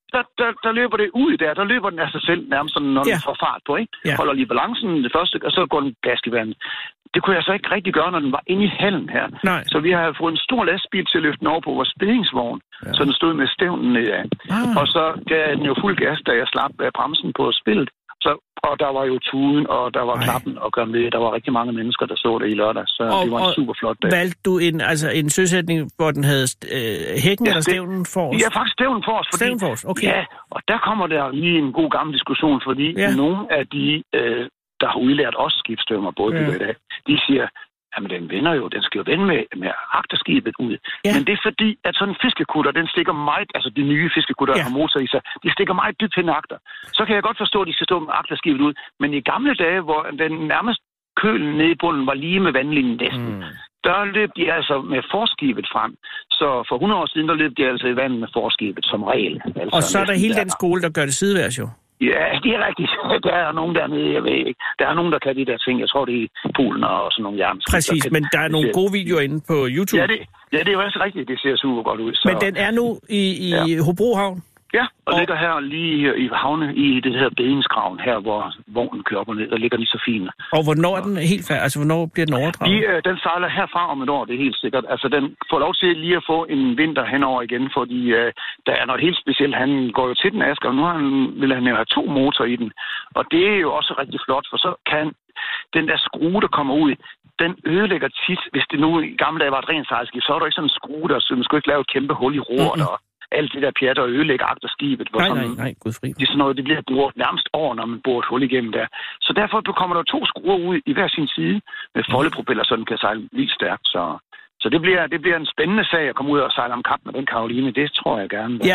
der løber det ud der. Der løber den af sig selv nærmest sådan, når den får fart på, ikke? Ja. Holder lige balancen det første, og så går den gas i vandet. Det kunne jeg så ikke rigtig gøre, når den var inde i hallen her. Nej. Så vi har fået en stor lastbil til at løfte den over på vores spændingsvogn, så den stod med stævnen nedad. Og så gav den jo fuld gas, da jeg slap bremsen på spillet. Og der var jo tuden, og der var klappen og gør med. Der var rigtig mange mennesker, der så det i lørdag, så det var en super flot dag. Valgte du en søsætning, hvor den havde hækken eller stævnen forrest? Ja, faktisk stævnen forrest. Stævnen forrest, okay. Ja, og der kommer der lige en god gammel diskussion, fordi nogle af de, der har udlært os skibsstøvner, bådbygger i dag, de siger, jamen den skal jo vende med agterskibet ud. Ja. Men det er fordi, at sådan en fiskekutter, den stikker meget, altså de nye fiskekutter, der har motor i sig, de stikker meget dybt hen agter. Så kan jeg godt forstå, at de skal stå med agterskibet ud. Men i gamle dage, hvor den nærmest kølen nede i bunden var lige med vandlinjen næsten, der løb de altså med forskibet frem. Så for 100 år siden, der løb de altså i vandet med forskibet som regel. Altså, og så er der hele den skole, der gør det sideværs jo. Ja, det er rigtigt. Der er nogen dernede, jeg ved ikke. Der er nogen, der kan de der ting. Jeg tror, det er Polen og sådan nogle jernskib. Præcis, men der er nogle gode videoer inde på YouTube. Ja, det er jo også rigtigt. Det ser super godt ud. Så... Men den er nu i Hobro Havn? Ja, og ligger her lige i havne i det her Bedensgraven, her hvor vognen kører op og ned. Der ligger den så fint. Og hvornår er den helt færdig? Altså, hvornår bliver den overdraget? Den sejler herfra om et år, det er helt sikkert. Altså, den får lov til lige at få en vinter henover igen, fordi der er noget helt specielt. Han går jo til den, Asger, og nu vil han jo have 2 motorer i den. Og det er jo også rigtig flot, for så kan den der skrue, der kommer ud, den ødelægger tit, hvis det nu i gamle dage var et rent sejlskib, så er der ikke sådan en skrue, så man skulle ikke lave et kæmpe hul i roret og alt det der pjatter og ødelægge agterskibet. Nej, gudfri. Det er sådan noget, det bliver brugt nærmest over, når man borer et hul igennem der. Så derfor kommer der 2 skruer ud i hver sin side med foldepropeller, så den kan sejle lige stærkt. Så det bliver en spændende sag at komme ud og sejle om kap med den Caroline. Det tror jeg gerne. Ja,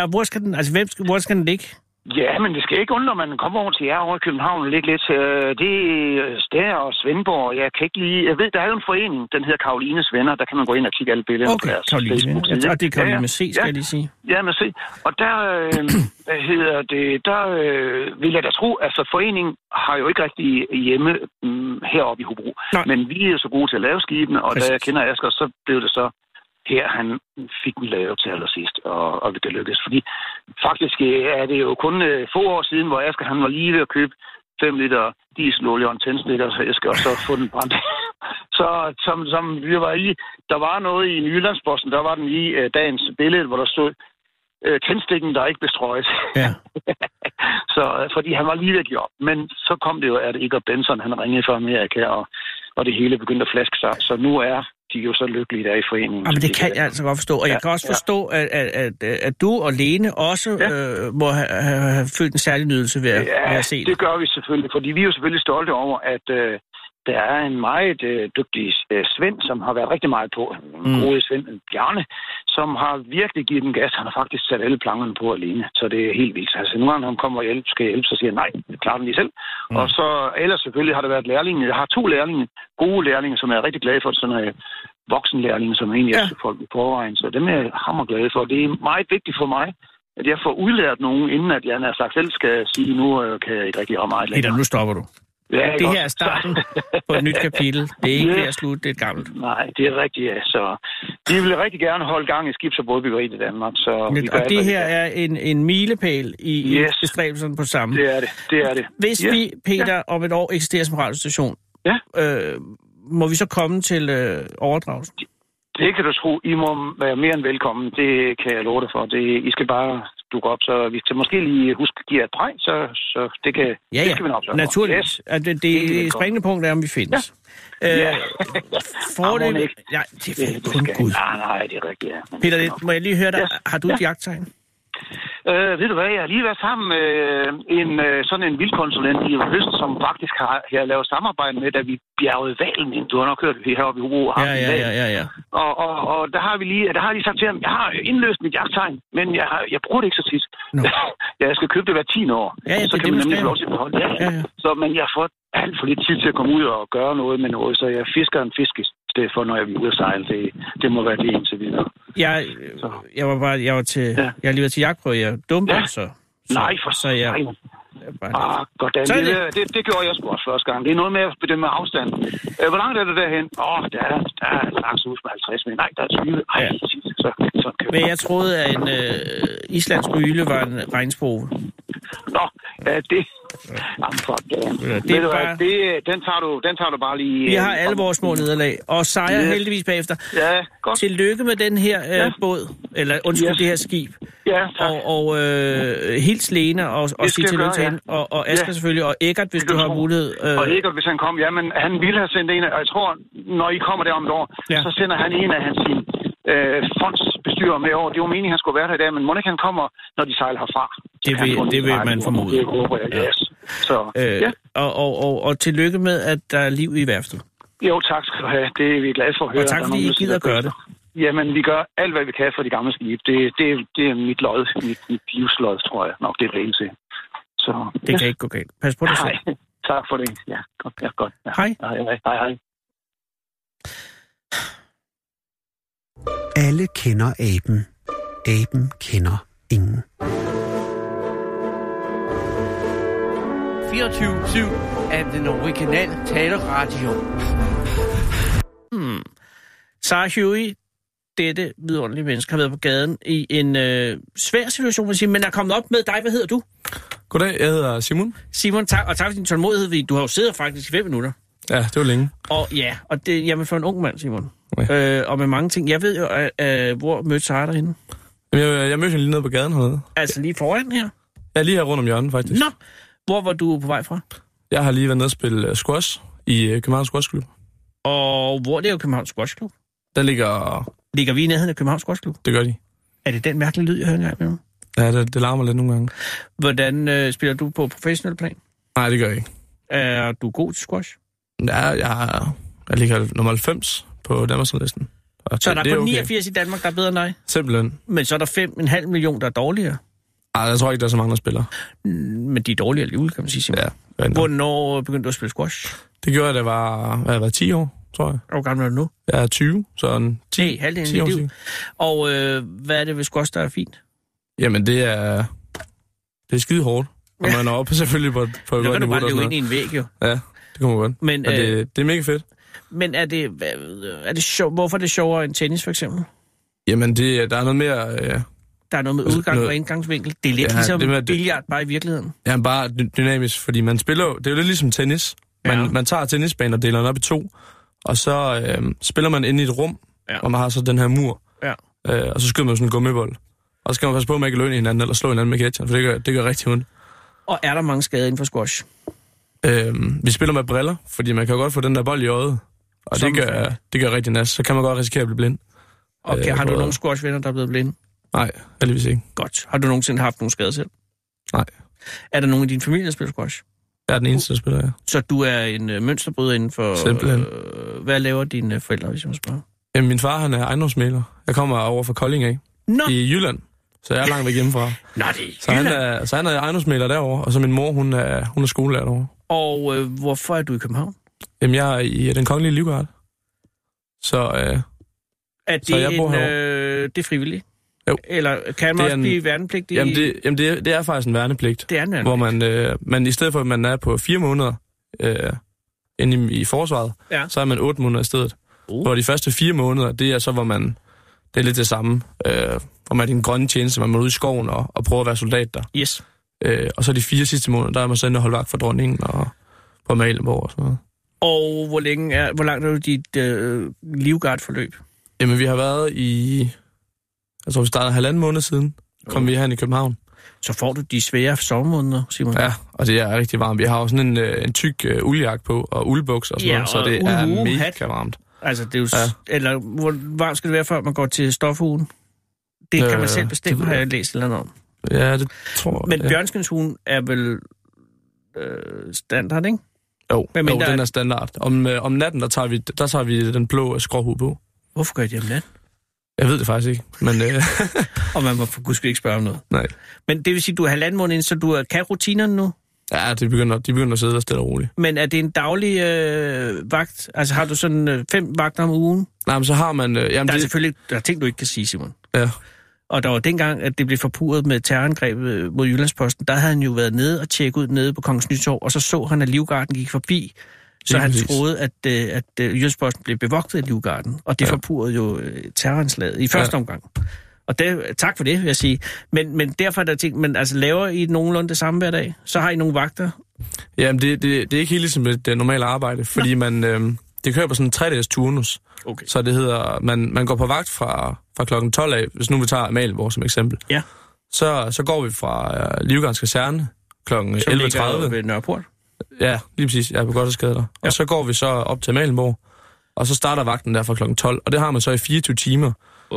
hvor skal den ligge? Ja, men det skal ikke undre, man kommer over til jer over i København og ligge lidt. Det er Stær og Svendborg. Jeg ved, der er jo en forening, den hedder Carolines Venner. Der kan man gå ind og kigge alle billeder på deres Facebook-side. Og det er Caroline med C, skal jeg lige sige. Ja, med C. Og der, vil jeg da tro, altså foreningen har jo ikke rigtig hjemme heroppe i Hobro. Men vi er så gode til at lave skibene, og da jeg kender Asger, så blev det så her, han fik den lavet til allersidst, og det lykkedes. Fordi faktisk er det jo kun få år siden, hvor Asger han var lige ved at købe 5 liter dieselolie og en tændsnitter, så jeg skal også få den brændt. Så som vi var i, der var noget i Jyllandsposten, der var den lige dagens billede, hvor der stod, tændstikken, der ikke bestrøjes. Ja. Så, fordi han var lige ved at give op. Men så kom det jo, at Egbert Benson, han ringede fra Amerika, og det hele begyndte at flaske sig. Så nu er de jo så lykkelige der i foreningen. Men det kan jeg altså godt forstå. Og jeg kan også forstå, at du og Lene også må have følt en særlig nydelse ved at se det. Det gør vi selvfølgelig, fordi vi er jo selvfølgelig stolte over, at der er en meget dygtig Svend, som har været rigtig meget på. En god Svend, Bjarne, som har virkelig givet den gas. Han har faktisk sat alle plankerne på alene, så det er helt vildt. Altså, nogle gange, når han kommer og skal hjælpe, så siger han, nej, jeg klarer den lige selv. Og så ellers selvfølgelig har der været lærlinge. Jeg har 2 lærlinge, gode lærlinge, som jeg er rigtig glad for. Sådan en voksenlærlinge, som egentlig er folk i forvejen. Så dem er jeg hammerglad for. Det er meget vigtigt for mig, at jeg får udlært nogen, inden at jeg selv skal sige, nu kan jeg ikke rigtig have meget længere. Peter, nu stopper du. Ja, det her er starten på et nyt kapitel. Det er ikke ved at slutte, det er et gammelt. Nej, det er rigtigt, ja. Så vi vil rigtig gerne holde gang i skibs- og bådbyggeriet i Danmark. Så og det her er en milepæl i bestræbelserne på samme. Det er det. Hvis vi, Peter, om et år eksisterer som radiostation, må vi så komme til overdragelsen? Det kan du tro. I må være mere end velkommen. Det kan jeg love dig for. I skal bare dukke op, så vi skal måske lige huske at give et drej, så det kan det skal vi nok sørge for. Naturligvis. Yes. Det springende punkt er, om vi findes. Ja. Foreløbig... Ja, det er kun Gud. Nej, det er rigtigt, ja. Peter, må jeg lige høre dig? Har du et jagttegn? Ved du hvad, jeg har lige været sammen med sådan en vildkonsulent i høst, som faktisk har lavet samarbejde med, da vi bjergede Valen ind. Du har nok hørt det heroppe i Hobro. Ja. Og der har jeg lige sagt til ham, jeg har indløst mit jagttegn, men jeg bruger det ikke så tit. No. Jeg skal købe det hver 10 år. Så kan man nemlig få lov til at beholde det. Ja. Så, men jeg har fået alt for lidt tid til at komme ud og gøre noget med noget, så jeg fisker en fisk for, når jeg er ude at sejle. Det må være det indtil videre. Jeg har lige været til jagtprøve, jeg dumpede, så... Nej, for så jeg... Goddag. Det gjorde jeg sgu også første gang. Det er noget med at bedømme afstand. Hvor langt er det derhen? Der er langt ud med 50 meter. Nej, der er 20. Men jeg troede, at en islandsk ryle var en regnsprove. Nå, det... Jamen, fuck det. Den tager du bare lige... Vi har alle vores små nederlag, og sejrer heldigvis bagefter. Ja, godt. Tillykke med den her båd, eller undskyld, det her skib. Ja, tak. Og hils Lene og sige tillykke til hende, og Asger selvfølgelig, og Eggert, hvis du har mulighed. Og Eggert, hvis han kommer, jamen han ville have sendt en, og jeg tror, når I kommer der om et år, så sender han en af hans fondsbestyrer med over. Det var meningen, han skulle være der i dag, men må ikke han kommer, når de sejler herfra? Det vil man formode. Det håber jeg, yes. Så, og tillykke med, at der er liv i værftet. Jo, tak skal du have. Det er vi glade for at høre. Og tak, fordi I gider at gøre det. Jamen, vi gør alt, hvad vi kan for de gamle skibe. Det er mit lod, mit livslod, tror jeg nok, det er det til. Så, det kan ikke gå galt. Pas på dig selv. Tak for det. Ja, godt. Ja. Hej. Hej. Alle kender aben. Aben kender ingen. 24/7 af den originale taleradio. Sarah Huey, dette vidunderlige menneske, har været på gaden i en svær situation, men er kommet op med dig. Hvad hedder du? Goddag, jeg hedder Simon. Simon, tak, og tak for din tålmodighed, fordi du har jo siddet faktisk i 5 minutter. Ja, det var længe. Og det er for en ung mand, Simon. Okay. Og med mange ting. Jeg ved jo, hvor mødte Sarah derhenne? Jeg mødte hende lige nede på gaden hernede. Altså lige foran her? Ja, lige her rundt om hjørnet, faktisk. Nå, hvor var du på vej fra? Jeg har lige været nede og spille squash i København Squash Club. Og hvor er jo København Squash Club? Der ligger... Ligger vi i nærheden af København Squash Club? Det gør de. Er det den mærkelige lyd, jeg hører engang med? Ja, det larmer lidt nogle gange. Hvordan spiller du på professionel plan? Nej, det gør jeg ikke. Er du god til squash? Ja, jeg ligger nummer 90 på Danmarkslisten. Så der er kun 89 i Danmark, der er bedre end dig? Simpelthen. Men så er der 5,5 millioner, der er dårligere? Nej, jeg tror ikke, der er så mange, der spiller. Men de er dårlige alligevel, kan man sige. Ja. Hvornår begyndte du at spille squash? Det gjorde jeg, da jeg var 10 år, tror jeg. Hvor gammel er du nu? Jeg er 20, så 10 halvdelen i liv. Og hvad er det ved squash, der er fint? Jamen, det er skide hårdt. Og man er oppe selvfølgelig på et godt niveau. Så kan du bare løbe ind i en væg, jo. Ja, det kan man godt. Men, det er mega fedt. Men er det sjovt? Hvorfor er det sjovere end tennis, for eksempel? Jamen, der er noget mere... Der er noget med udgang og indgangsvinkel. Det er lidt ligesom billard, bare i virkeligheden. Ja, bare dynamisk, fordi man spiller jo... Det er jo lidt ligesom tennis. Man tager tennisbanen og deler den op i 2, og så spiller man inde i et rum, og man har så den her mur. Ja. Og så skyder man sådan en gummibold. Og så skal man passe på, at man ikke lønne hinanden eller slå hinanden med ketchup, for det gør rigtig ondt. Og er der mange skader inden for squash? Vi spiller med briller, fordi man kan godt få den der bold i øjet. Og det gør rigtig næst. Så kan man godt risikere at blive blind. Okay, har du nogle squashvenner, der er blevet blinde? Nej, heldigvis ikke. Godt. Har du nogensinde haft nogle skader selv? Nej. Er der nogen i din familie, der spiller squash? Jeg er den eneste, der spiller, ja. Så du er en mønsterbryder inden for... Simpelthen. Hvad laver dine forældre, hvis jeg må spørge? Jamen, min far, han er ejendomsmægler. Jeg kommer over fra Kolding af. I Jylland. Så jeg er langt væk hjemmefra. Nå, det er så han er ejendomsmægler derovre, og så min mor, hun er skolelærer derovre. Og hvorfor er du i København? Jamen, jeg er i den kongelige livgarde. Så er det så jeg bor det er frivilligt? Jo. Eller kan man også blive værnepligtig? Jamen, det er faktisk en værnepligt. Det er en værnepligt. Hvor man i stedet for, at man er på 4 måneder inde i forsvaret, så er man 8 måneder i stedet. Hvor de første 4 måneder, det er så, hvor man... Det er lidt det samme. Hvor man er i den grønne tjeneste, man er ude i skoven og prøver at være soldat der. Yes. Og så de 4 sidste måneder, der er man så inde og holde vagt for dronningen og på Amalienborg og sådan noget. Og hvor langt er dit livgarde-forløb? Jamen, vi har været i... Jeg tror, vi startede 1,5 måned siden. Kom vi herhen i København. Så får du de svære sommermåneder, Simon? Ja, og det er rigtig varmt. Vi har jo sådan en tyk uldjakke på og uldbuks og sådan noget, så det er mega varmt. Altså, det er jo... Ja. Eller hvor varmt skal det være, før man går til stofugen? Det kan man selv bestemme, har jeg læst et eller andet om. Ja, det tror jeg. Men bjørnskindshuen er vel standard, ikke? Jo, den er standard. Om natten, der tager vi den blå skråhue på. Hvorfor gør I det om natten? Jeg ved det faktisk ikke, men... Og man må for guds skyld ikke spørge om noget. Nej. Men det vil sige, at du er 1,5 måned, så du kan rutinerne nu? Ja, de begynder at sidde der stille og roligt. Men er det en daglig vagt? Altså har du sådan 5 vagter om ugen? Nej, men så har man... Jamen, der er selvfølgelig ting, du ikke kan sige, Simon. Ja. Og der var dengang, at det blev forpurret med terrorangrebet mod Jyllandsposten, der havde han jo været nede og tjekket ud nede på Kongens Nytorv, og så han, at Livgarden gik forbi, så han troede, at Jyllandsposten blev bevogtet af Livgarden, og det forpurrede jo terroranslaget i første omgang. Og tak for det, vil jeg sige. Men derfor er der ting, men altså laver I nogenlunde det samme hver dag? Så har I nogle vagter? Jamen, det er ikke helt ligesom det normale arbejde, fordi det kører på sådan en 3-dages turnus. Okay. Så det hedder, man går på vagt fra klokken 12 af, hvis nu vi tager Amalienborg som eksempel. Ja. Så går vi fra Livgardens Kaserne klokken 11.30. Så ligger ved Nørreport? Ja, lige præcis. Jeg er på Goddersgade der. Ja. Og så går vi så op til Amalienborg, og så starter vagten der fra klokken 12, og det har man så i 24 timer.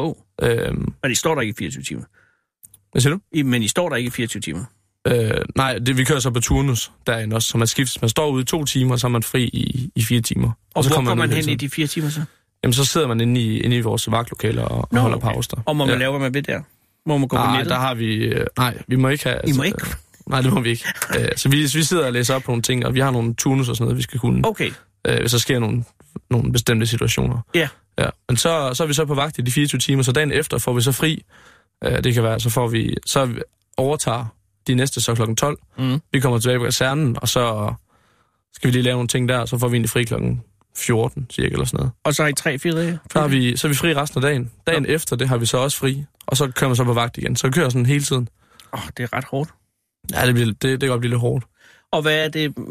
Men I står der ikke i 24 timer? Hvad siger du? Men I står der ikke i 24 timer? Nej, vi kører så på turnus derinde også, så man skiftes. Man står ude i 2 timer, og så er man fri i 4 timer. Og så hvor kommer man hen i de 4 timer så? Jamen, så sidder man inde i vores vagtlokaler og holder pause der. Og må man lave, hvad man vil der? Må man gå på nettet? Der har vi... nej, vi må ikke have... I må ikke? Nej, det må vi ikke. Så vi sidder og læser op på nogle ting, og vi har nogle turnus og sådan noget, vi skal kunne. Okay. Hvis der sker nogle bestemte situationer. Ja. Men så er vi så på vagt i de 24 timer, så dagen efter får vi så fri. Det kan være, så overtager de næste så klokken 12. Vi kommer tilbage på kasernen, og så skal vi lige lave nogle ting der, og så får vi egentlig fri klokken 14, cirka, eller sådan noget. Og så har I 3-4 dage? Så er vi fri resten af dagen. Dagen efter, det har vi så også fri, og så kører man så på vagt igen. Så vi kører sådan hele tiden. Det er ret hårdt. Ja, det kan godt blive lidt hårdt. Og hvad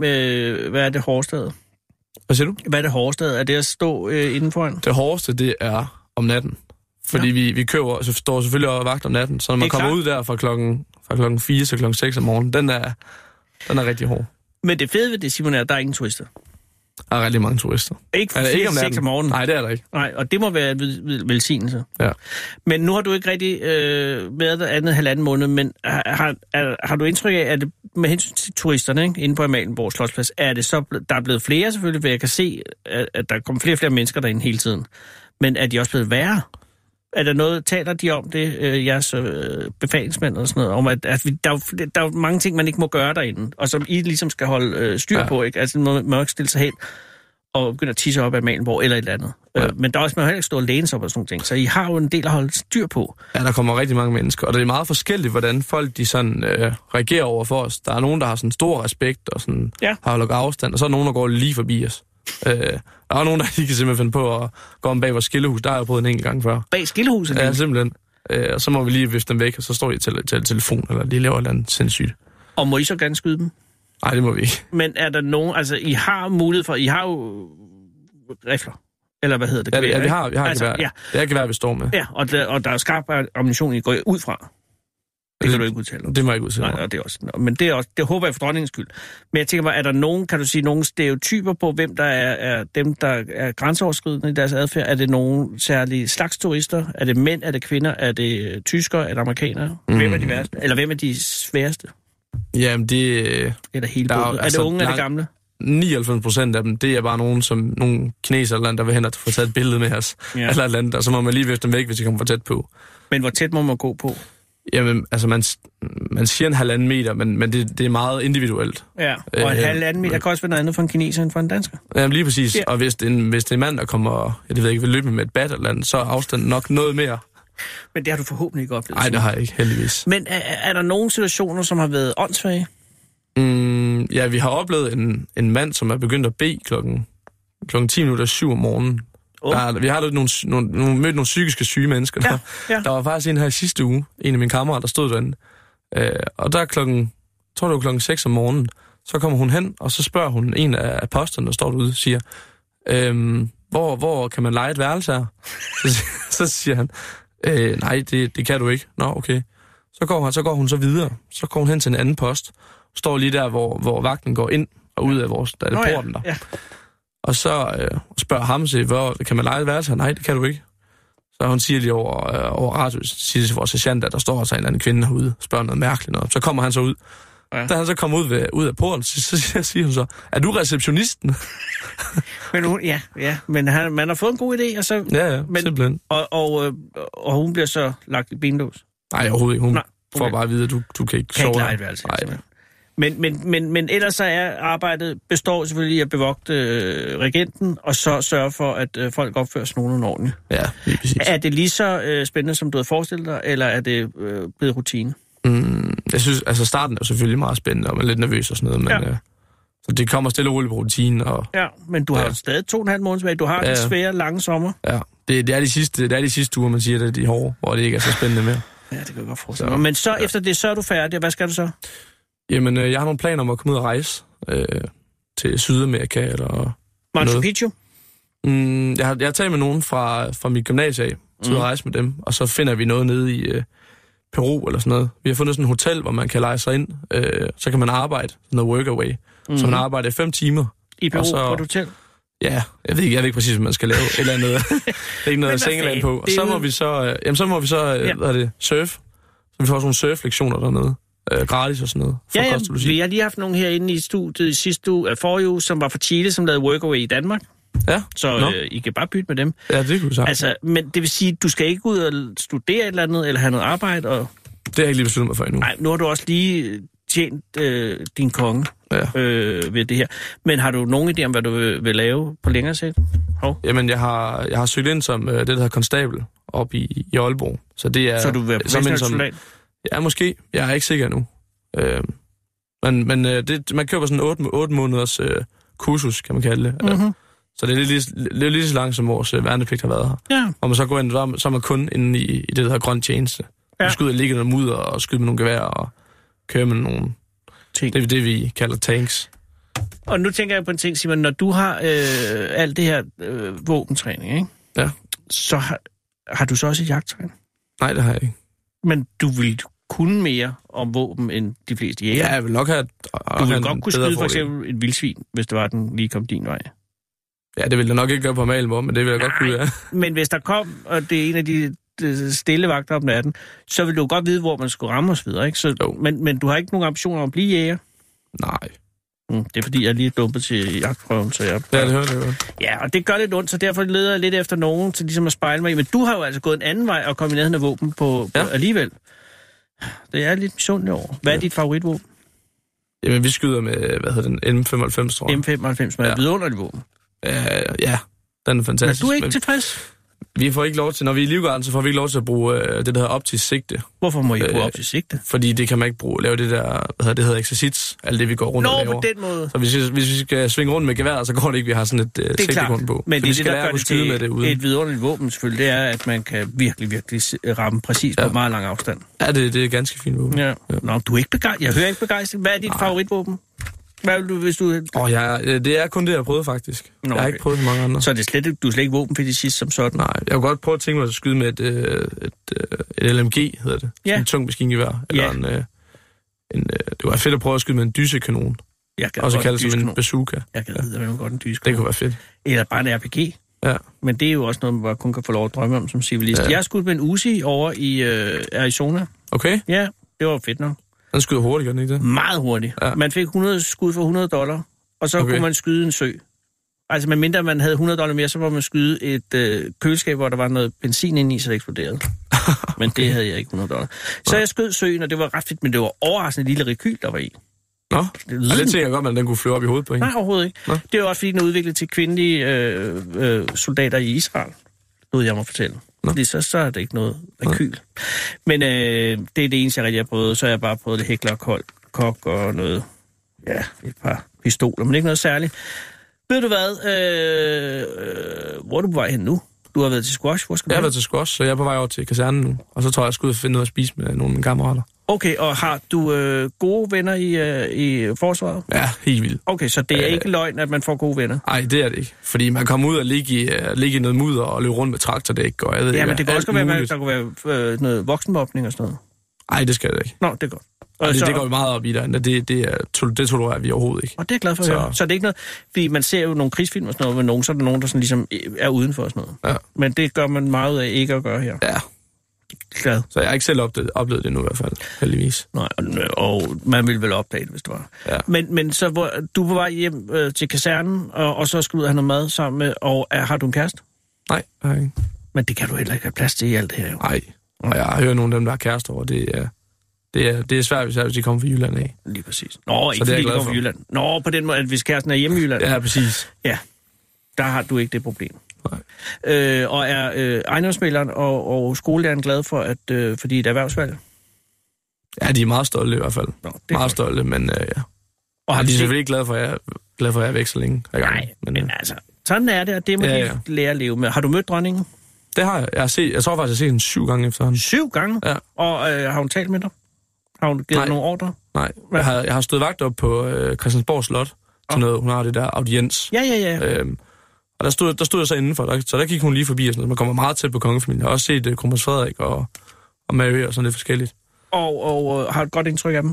er det hårdeste? Hvad siger du? Hvad er det hårdeste? Er det at stå indenforan? Det hårdeste, det er om natten. Fordi vi køber, så står selvfølgelig og vagt om natten. Så når man kommer ud der fra klokken 4 til klokken 6 om morgenen, den er rigtig hård. Men det fede ved det, Simon, er, at der er ingen turister. Der er rigtig mange turister. Ikke fra 4 til 6 om morgenen? Nej, det er der ikke. Nej, og det må være velsignelse. Ja. Men nu har du ikke rigtig været der andet 1,5 måned, men har du indtryk af, at det, med hensyn til turisterne ikke, inde på Amalienborg Slotsplads, er det så, der er blevet flere selvfølgelig, for jeg kan se, at der kommer flere og flere mennesker derinde hele tiden. Men er de også blevet værre? Er der noget, taler de om det, jeres befalingsmænd og sådan noget, om at der er jo mange ting, man ikke må gøre derinde, og som I ligesom skal holde styr på, ikke? Altså, man må ikke stille sig hen og begynde at tisse op af Amalienborg eller et eller andet. Ja. Men der er også, man heller ikke stå og læne sig op og sådan nogle ting, så I har jo en del at holde styr på. Ja, der kommer rigtig mange mennesker, og det er meget forskelligt, hvordan folk de sådan reagerer over for os. Der er nogen, der har sådan stor respekt og sådan har lukket afstand, og så er nogen, der går lige forbi os. Der er nogen, der ikke kan simpelthen finde på at gå om bag vores skillehus. Der har jeg prøvet en enkelt gang før. Bag skillehuset? Ja, simpelthen. Og så må vi lige vifte dem væk, og så står de til telefon, eller lige laver et eller andet sindssygt. Og må I så gerne skyde dem? Nej, det må vi ikke. Men er der nogen... Altså, I har mulighed for... I har jo rifler. Eller hvad hedder det? Ja, vi har altså, gevær. Ja. Det er gevær, vi står med. Ja, og der er skarp ammunition, I går ud fra. Det kan du ikke udtale om. Det må jeg ikke udtale om. Nej, det er også, men det håber jeg for dronningens skyld. Men jeg tænker mig, er der nogen, kan du sige, nogle stereotyper på, hvem der er dem, der er grænseoverskridende i deres adfærd? Er det nogle særlige slags turister? Er det mænd? Er det kvinder? Er det tyskere? Er det amerikanere? Hvem er de værste? Eller hvem er de sværeste? Jamen, det... Eller hele bundet. Er det unge eller det gamle? 99% af dem, det er bare nogle kineser eller andet, der vil hen og få taget et billede med os. Ja. Eller et eller andet, og så må man lige vifte dem væk, hvis de kommer for tæt på. Men hvor tæt må man gå på? Jamen, altså man siger 1,5 meter, men det er meget individuelt. Ja, og 1,5 meter kan også være noget andet for en kineser end for en dansker. Jamen lige præcis, ja. Og hvis det er en mand, der kommer, jeg ved ikke, vil løbe med et bat eller andet, så er afstanden nok noget mere. Men det har du forhåbentlig ikke oplevet. Nej, det har jeg ikke, heldigvis. Men er der nogle situationer, som har været åndssvage? Ja, vi har oplevet en mand, som er begyndt at bede klokken 10:07 om morgenen. Vi har mødt nogle psykiske syge mennesker. Ja. Der var faktisk en her i sidste uge, en af mine kammerater, der stod derinde. Og der klokken 6 om morgenen, så kommer hun hen, og så spørger hun en af aposterne, der står derude, siger, hvor kan man leje et værelse her? Så siger han, nej, det kan du ikke. Nå, okay. Så går hun så videre. Så går hun hen til en anden post, står lige der, hvor vagten går ind og ud af vores, der er det porten der. Ja. Og så spørger ham sig, hvor kan man leje et værelse? Nej, det kan du ikke. Så hun siger lige over radio, siger til vores sergeant, at der står altså en eller anden kvinde herude, spørger noget mærkeligt noget. Så kommer han så ud. Ja. Da han så kommer ud af porten, så siger hun så, er du receptionisten? Men hun, ja, men man har fået en god idé, og så... Ja, simpelthen. Og hun bliver så lagt i benlås? Nej, overhovedet ikke. Hun får bare at vide, at du kan ikke sove. Kan ikke lege et værelse. Men ellers så er arbejdet består selvfølgelig i at bevogte regenten, og så sørge for, at folk opfører sig nogenlunde ordentligt. Ja, lige præcis. Er det lige så spændende, som du havde forestillet dig, eller er det blevet rutine? Jeg synes, altså starten er jo selvfølgelig meget spændende, og man er lidt nervøs og sådan noget, men så det kommer stille og roligt på rutinen. Og, men du har jo stadig 2,5 måneder tilbage. Du har den svære, lange sommer. Ja, det er de sidste uger, man siger, det er de hårde, hvor det ikke er så spændende mere. Ja, det kan jeg godt forestille mig. Men så efter det, så er du færdig. Hvad skal du så? Jamen, jeg har nogle planer om at komme ud og rejse til Sydamerika eller Machu Picchu? Jeg har talt med nogen fra mit gymnasie af, til at rejse med dem, og så finder vi noget nede i Peru eller sådan noget. Vi har fundet sådan et hotel, hvor man kan leje sig ind, så kan man arbejde, sådan noget workaway. Så man arbejder 5 timer. I Peru på et hotel? Ja, jeg ved ikke præcis, hvad man skal lave, eller andet. Det er ikke noget sengeland på. Og så må vi så, surfe. Så vi får sådan nogle surf-lektioner dernede. Gratis og sådan noget. Vi har lige haft nogen herinde i studiet i sidste uge, forrige uge, som var fra Chile, som lavede workaway i Danmark. Ja. Så I kan bare bytte med dem. Ja, det kunne vi sagt. Altså, men det vil sige, du skal ikke ud og studere et eller andet, eller have noget arbejde? Og... Det har jeg ikke lige besluttet mig for endnu. Nej, nu har du også lige tjent din konge ved det her. Men har du nogen idé om, hvad du vil lave på længere sigt? Jamen, jeg har søgt ind som det, der hedder konstabel op i Aalborg. Så det er... Så du vil være professionel soldat? Ja, måske. Jeg er ikke sikker nu. Men man køber sådan 8 måneders kursus, kan man kalde det. Mm-hmm. Så det er lige så langt, som vores værnepligt har været her. Ja. Og man så går ind, så er man kun inde i det, der hedder grøn tjeneste. Ja. Man skal ud og ligge noget mudder og skyde med nogle gevær og køre med nogle ting. Det er det, vi kalder tanks. Og nu tænker jeg på en ting, Simon. Når du har alt det her våbentræning, ikke? Ja. Så har du så også et jagttræning? Nej, det har jeg ikke. Men du vil kunne mere om våben end de fleste jæger? Ja, jeg vil nok have... Du vil godt kunne skyde for eksempel et vildsvin, hvis det var, den lige kom din vej. Ja, det ville jeg nok ikke gøre på Amalieborg, men det vil jeg godt kunne, ja. Men hvis der kom, og det er en af de stille vagter om natten, så vil du godt vide, hvor man skulle ramme os videre, ikke? Så, men du har ikke nogen ambitioner om at blive jæger? Nej. Det er fordi, jeg er lige dumpet til jagtprøven, så jeg... Ja, det hører det jo. Ja, og det gør lidt ondt, så derfor leder jeg lidt efter nogen til ligesom at spejle mig i. Men du har jo altså gået en anden vej og kommet i nærheden af våben på alligevel. Det er lidt misundelig over. Hvad er dit favoritvåben? Jamen, vi skyder med, M95, tror jeg. M95, men er vidunderligt våben. Ja, den er fantastisk. Men du er ikke tilfreds? Vi får ikke lov til, når vi er i Livgarden, så får vi ikke lov til at bruge det, der hedder optisk sigte. Hvorfor må I bruge optisk sigte? Fordi det kan man ikke bruge, lave det der, det hedder exercits, alt det vi går rundt og laver. På den måde. Så hvis vi skal svinge rundt med geværet, så går det ikke, vi har sådan et sigtegrund på. Men det der gør det til et vidunderligt våben selvfølgelig, det er, at man kan virkelig ramme præcis på meget lang afstand. Ja, det er ganske fint våben. Ja. Nå, du er ikke begejstret. Jeg hører ikke begejstret. Hvad er dit favoritvåben? Hvad vil du, hvis du... det er kun det, jeg har prøvet, faktisk. Nå, jeg har ikke prøvet så mange andre. Så det er du er slet ikke våbenfetishist som sådan? Nej, jeg kunne godt prøve at tænke mig at skyde med et LMG, hedder det. Ja. En tung maskingevær. Eller det var fedt at prøve at skyde med en dysekanon. Og så kaldet som en bazooka. Jeg kan vide, at godt en dysekanon. Det kunne være fedt. Eller bare en RPG. Ja. Men det er jo også noget, man kun kan få lov at drømme om som civilist. Ja. Jeg har skudt med en Uzi over i Arizona. Okay. Ja, det var fedt nok. Den skyder hurtigt, gør den ikke det? Meget hurtigt. Ja. Man fik 100 skud for $100, og så kunne man skyde en sø. Altså, medmindre man havde $100 mere, så var man skyde et køleskab, hvor der var noget benzin inde i, så det eksploderede. Men det havde jeg ikke $100. Så jeg skød søen, og det var ret fedt, men det var overraskende lille rekyl, der var i. Nå, det tænker jeg godt, at den kunne flyve op i hovedet på hende. Nej, overhovedet ikke. Nå. Det er jo også, fordi den er udviklet til kvindelige soldater i Israel. Noget, jeg må fortælle. Fordi så er det ikke noget rekyl. Men det er det eneste, jeg rigtig har prøvet. Så har jeg bare prøvet det hækler og kok og noget, et par pistoler, men ikke noget særligt. Ved du hvad, hvor er du på vej hen nu? Du har været til squash, hvor skal du? Jeg har været til squash, så jeg er på vej over til kasernen nu. Og så tror jeg, jeg skal ud og finde noget at spise med nogle af mine kammerater. Okay, og har du gode venner i forsvaret? Ja, helt vildt. Okay, så det er ikke løgn, at man får gode venner? Nej, det er det ikke. Fordi man kommer ud og ligge i noget mudder og løbe rundt med traktordæk. Og jeg ved men det kan også være, at der kunne være noget voksenmobning og sådan noget. Nej, det skal det ikke. Nå, det er godt. Og det går vi meget op i der. Det tolererer vi overhovedet ikke. Og det er jeg glad for at høre. Så det er ikke noget... Fordi man ser jo nogle krigsfilm og sådan noget med nogen, så er der nogen, der sådan ligesom er udenfor og sådan noget. Ja. Men det gør man meget ud af ikke at gøre her. Ja. Glad. Så jeg har ikke selv oplevet det nu i hvert fald, heldigvis. Nej, og man ville vel opdage det, hvis det var. Ja. Men så du er på vej hjem til kasernen, og så skal du ud og have noget mad sammen med... Og har du en kæreste? Nej, jeg har ikke. Men det kan du heller ikke have plads til i alt det her, jo. Nej, og jeg har hørt nogle af dem, der har kærester over, det er svært, hvis de kommer fra Jylland af. Lige præcis. Nå, ikke fordi de kommer fra Jylland. Nå, på den måde, at hvis kæresten er hjemme i Jylland. Ja, præcis. Ja, der har du ikke det problem. Nej. Og er ejendomsmægleren og skolelæreren glade for, at fordi det er erhvervsvalg? Ja, de er meget stolte i hvert fald. Nå, meget stolte, men ja. Og de er selvfølgelig ikke glade for, at jeg er væk så længe. Nej, men altså, sådan er det, og det må de lære at leve med. Har du mødt dronningen? Det har jeg. Jeg tror faktisk, jeg har set hende 7 gange efterhånden. 7 gange? Ja. Og har hun talt med dig? Har hun givet nogle ordre? Nej, jeg har stået vagt op på Christiansborg Slot til noget. Hun har det der audiens. Ja. Og der stod jeg så indenfor, så der gik hun lige forbi og sådan noget. Man kommer meget tæt på kongefamilien. Jeg har også set Kronprins Frederik og Mary og sådan lidt forskelligt. Og har et godt indtryk af dem?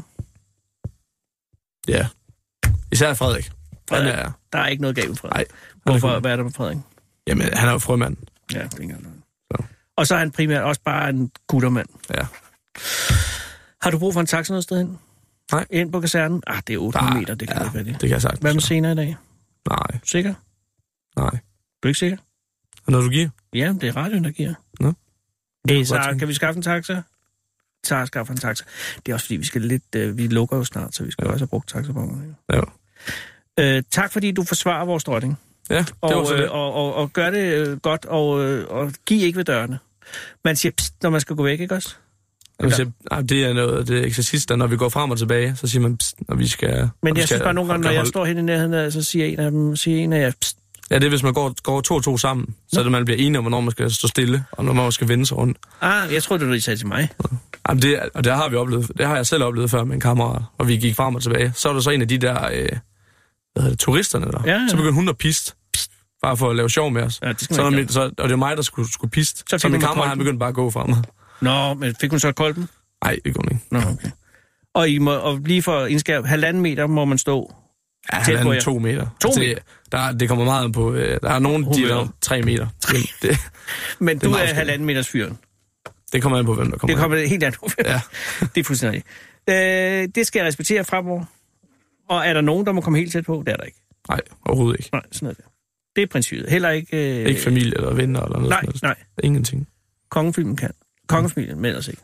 Ja. Især Frederik. Der er ikke noget galt med Frederik. Nej. Hvad er der med Frederik? Jamen, han er jo frømand. Ja, det er ikke noget. Og så er han primært også bare en guttermand. Ja. Har du brug for en taxa noget sted hen? Nej. Ind på kasernen? Det er 8 meter, det kan ikke være det. Det kan jeg sagt. Hvad med senere i dag? Nej. Sikker? Nej. Du er ikke sikker? Og noget du giver? Ja, det er radioen, der giver. Nå. Så kan vi skaffe en taxa? Skaffe en taxa. Det er også fordi, vi skal lidt... vi lukker jo snart, så vi skal også have brugt taxabongerne. Ja. Tak fordi du forsvarer vores dronning. Ja, det var så det. Og gør det godt, og giv ikke ved dørene. Man siger pst, når man skal gå væk, ikke også? Det er noget, det er eksercister, når vi går frem og tilbage, så siger man pst, når vi skal... Men jeg synes bare nogle gange, når jeg står hen i nærheden, så siger en af jer pst. Ja, det er, hvis man går 2 og 2 sammen, så er det, man bliver enige om, hvornår man skal stå stille, og når man skal vende sig rundt. Jeg tror det var, du sagde til mig. Jamen, det har vi oplevet. Det har jeg selv oplevet før med en kammerat, og vi gik frem og tilbage. Så var der så en af de der... turisterne der. Ja. Så begyndte hun at piste. Bare for at lave sjov med os. Ja, og det var mig, der skulle piste. Så min kammerat, han begyndte bare at gå fra mig. Nå, men fik hun så kolben? Nej, det kunne hun ikke. Nå, okay. Og lige for at indskærpe, 1,5 meter må man stå? Ja, 1,5-2 meter. 2 meter? Det kommer meget på... Der er nogen, de er 3 meter. Men du er 1,5 meters fyren? Det kommer an på, hvem der kommer. Det kommer helt an på. Ja. Det er fuldstændig. Det skal jeg respektere fremover. Og er der nogen, der må komme helt tæt på? Det er der ikke. Nej, overhovedet ikke. Nej, sådan er det. Det er princippet. Heller ikke... Ikke familie eller venner eller noget. Nej. Ingenting. Kongefamilien kan. Kongefamilien, men ellers ikke.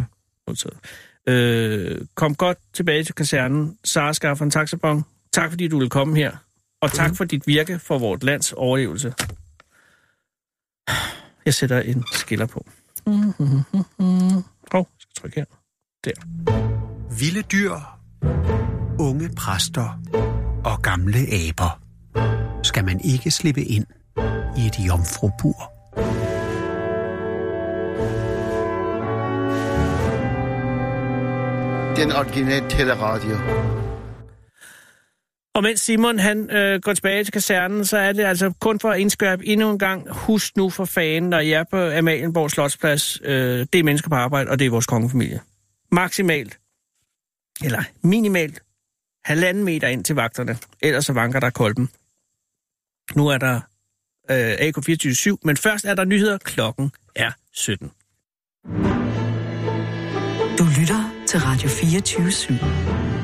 Ja. Kom godt tilbage til kasernen. Sara skaffer en taxabon. Tak fordi du vil komme her. Og tak for dit virke for vort lands overlevelse. Jeg sætter en skiller på. Jeg skal trykke her. Der. Vilde dyr, unge præster og gamle aber skal man ikke slippe ind i et jomfrubur. Den originale teleradio. Og mens Simon han går tilbage til kasernen, så er det altså kun for at indskærpe endnu en gang. Husk nu for fanden, når I er på Amalienborg Slotsplads. Det er mennesker på arbejde, og det er vores kongefamilie. Maksimalt, eller minimalt, 1,5 meter ind til vagterne. Ellers så vanker der kolben. Nu er der AK24/7, men først er der nyheder. Klokken er 17. Du lytter til Radio 24/7.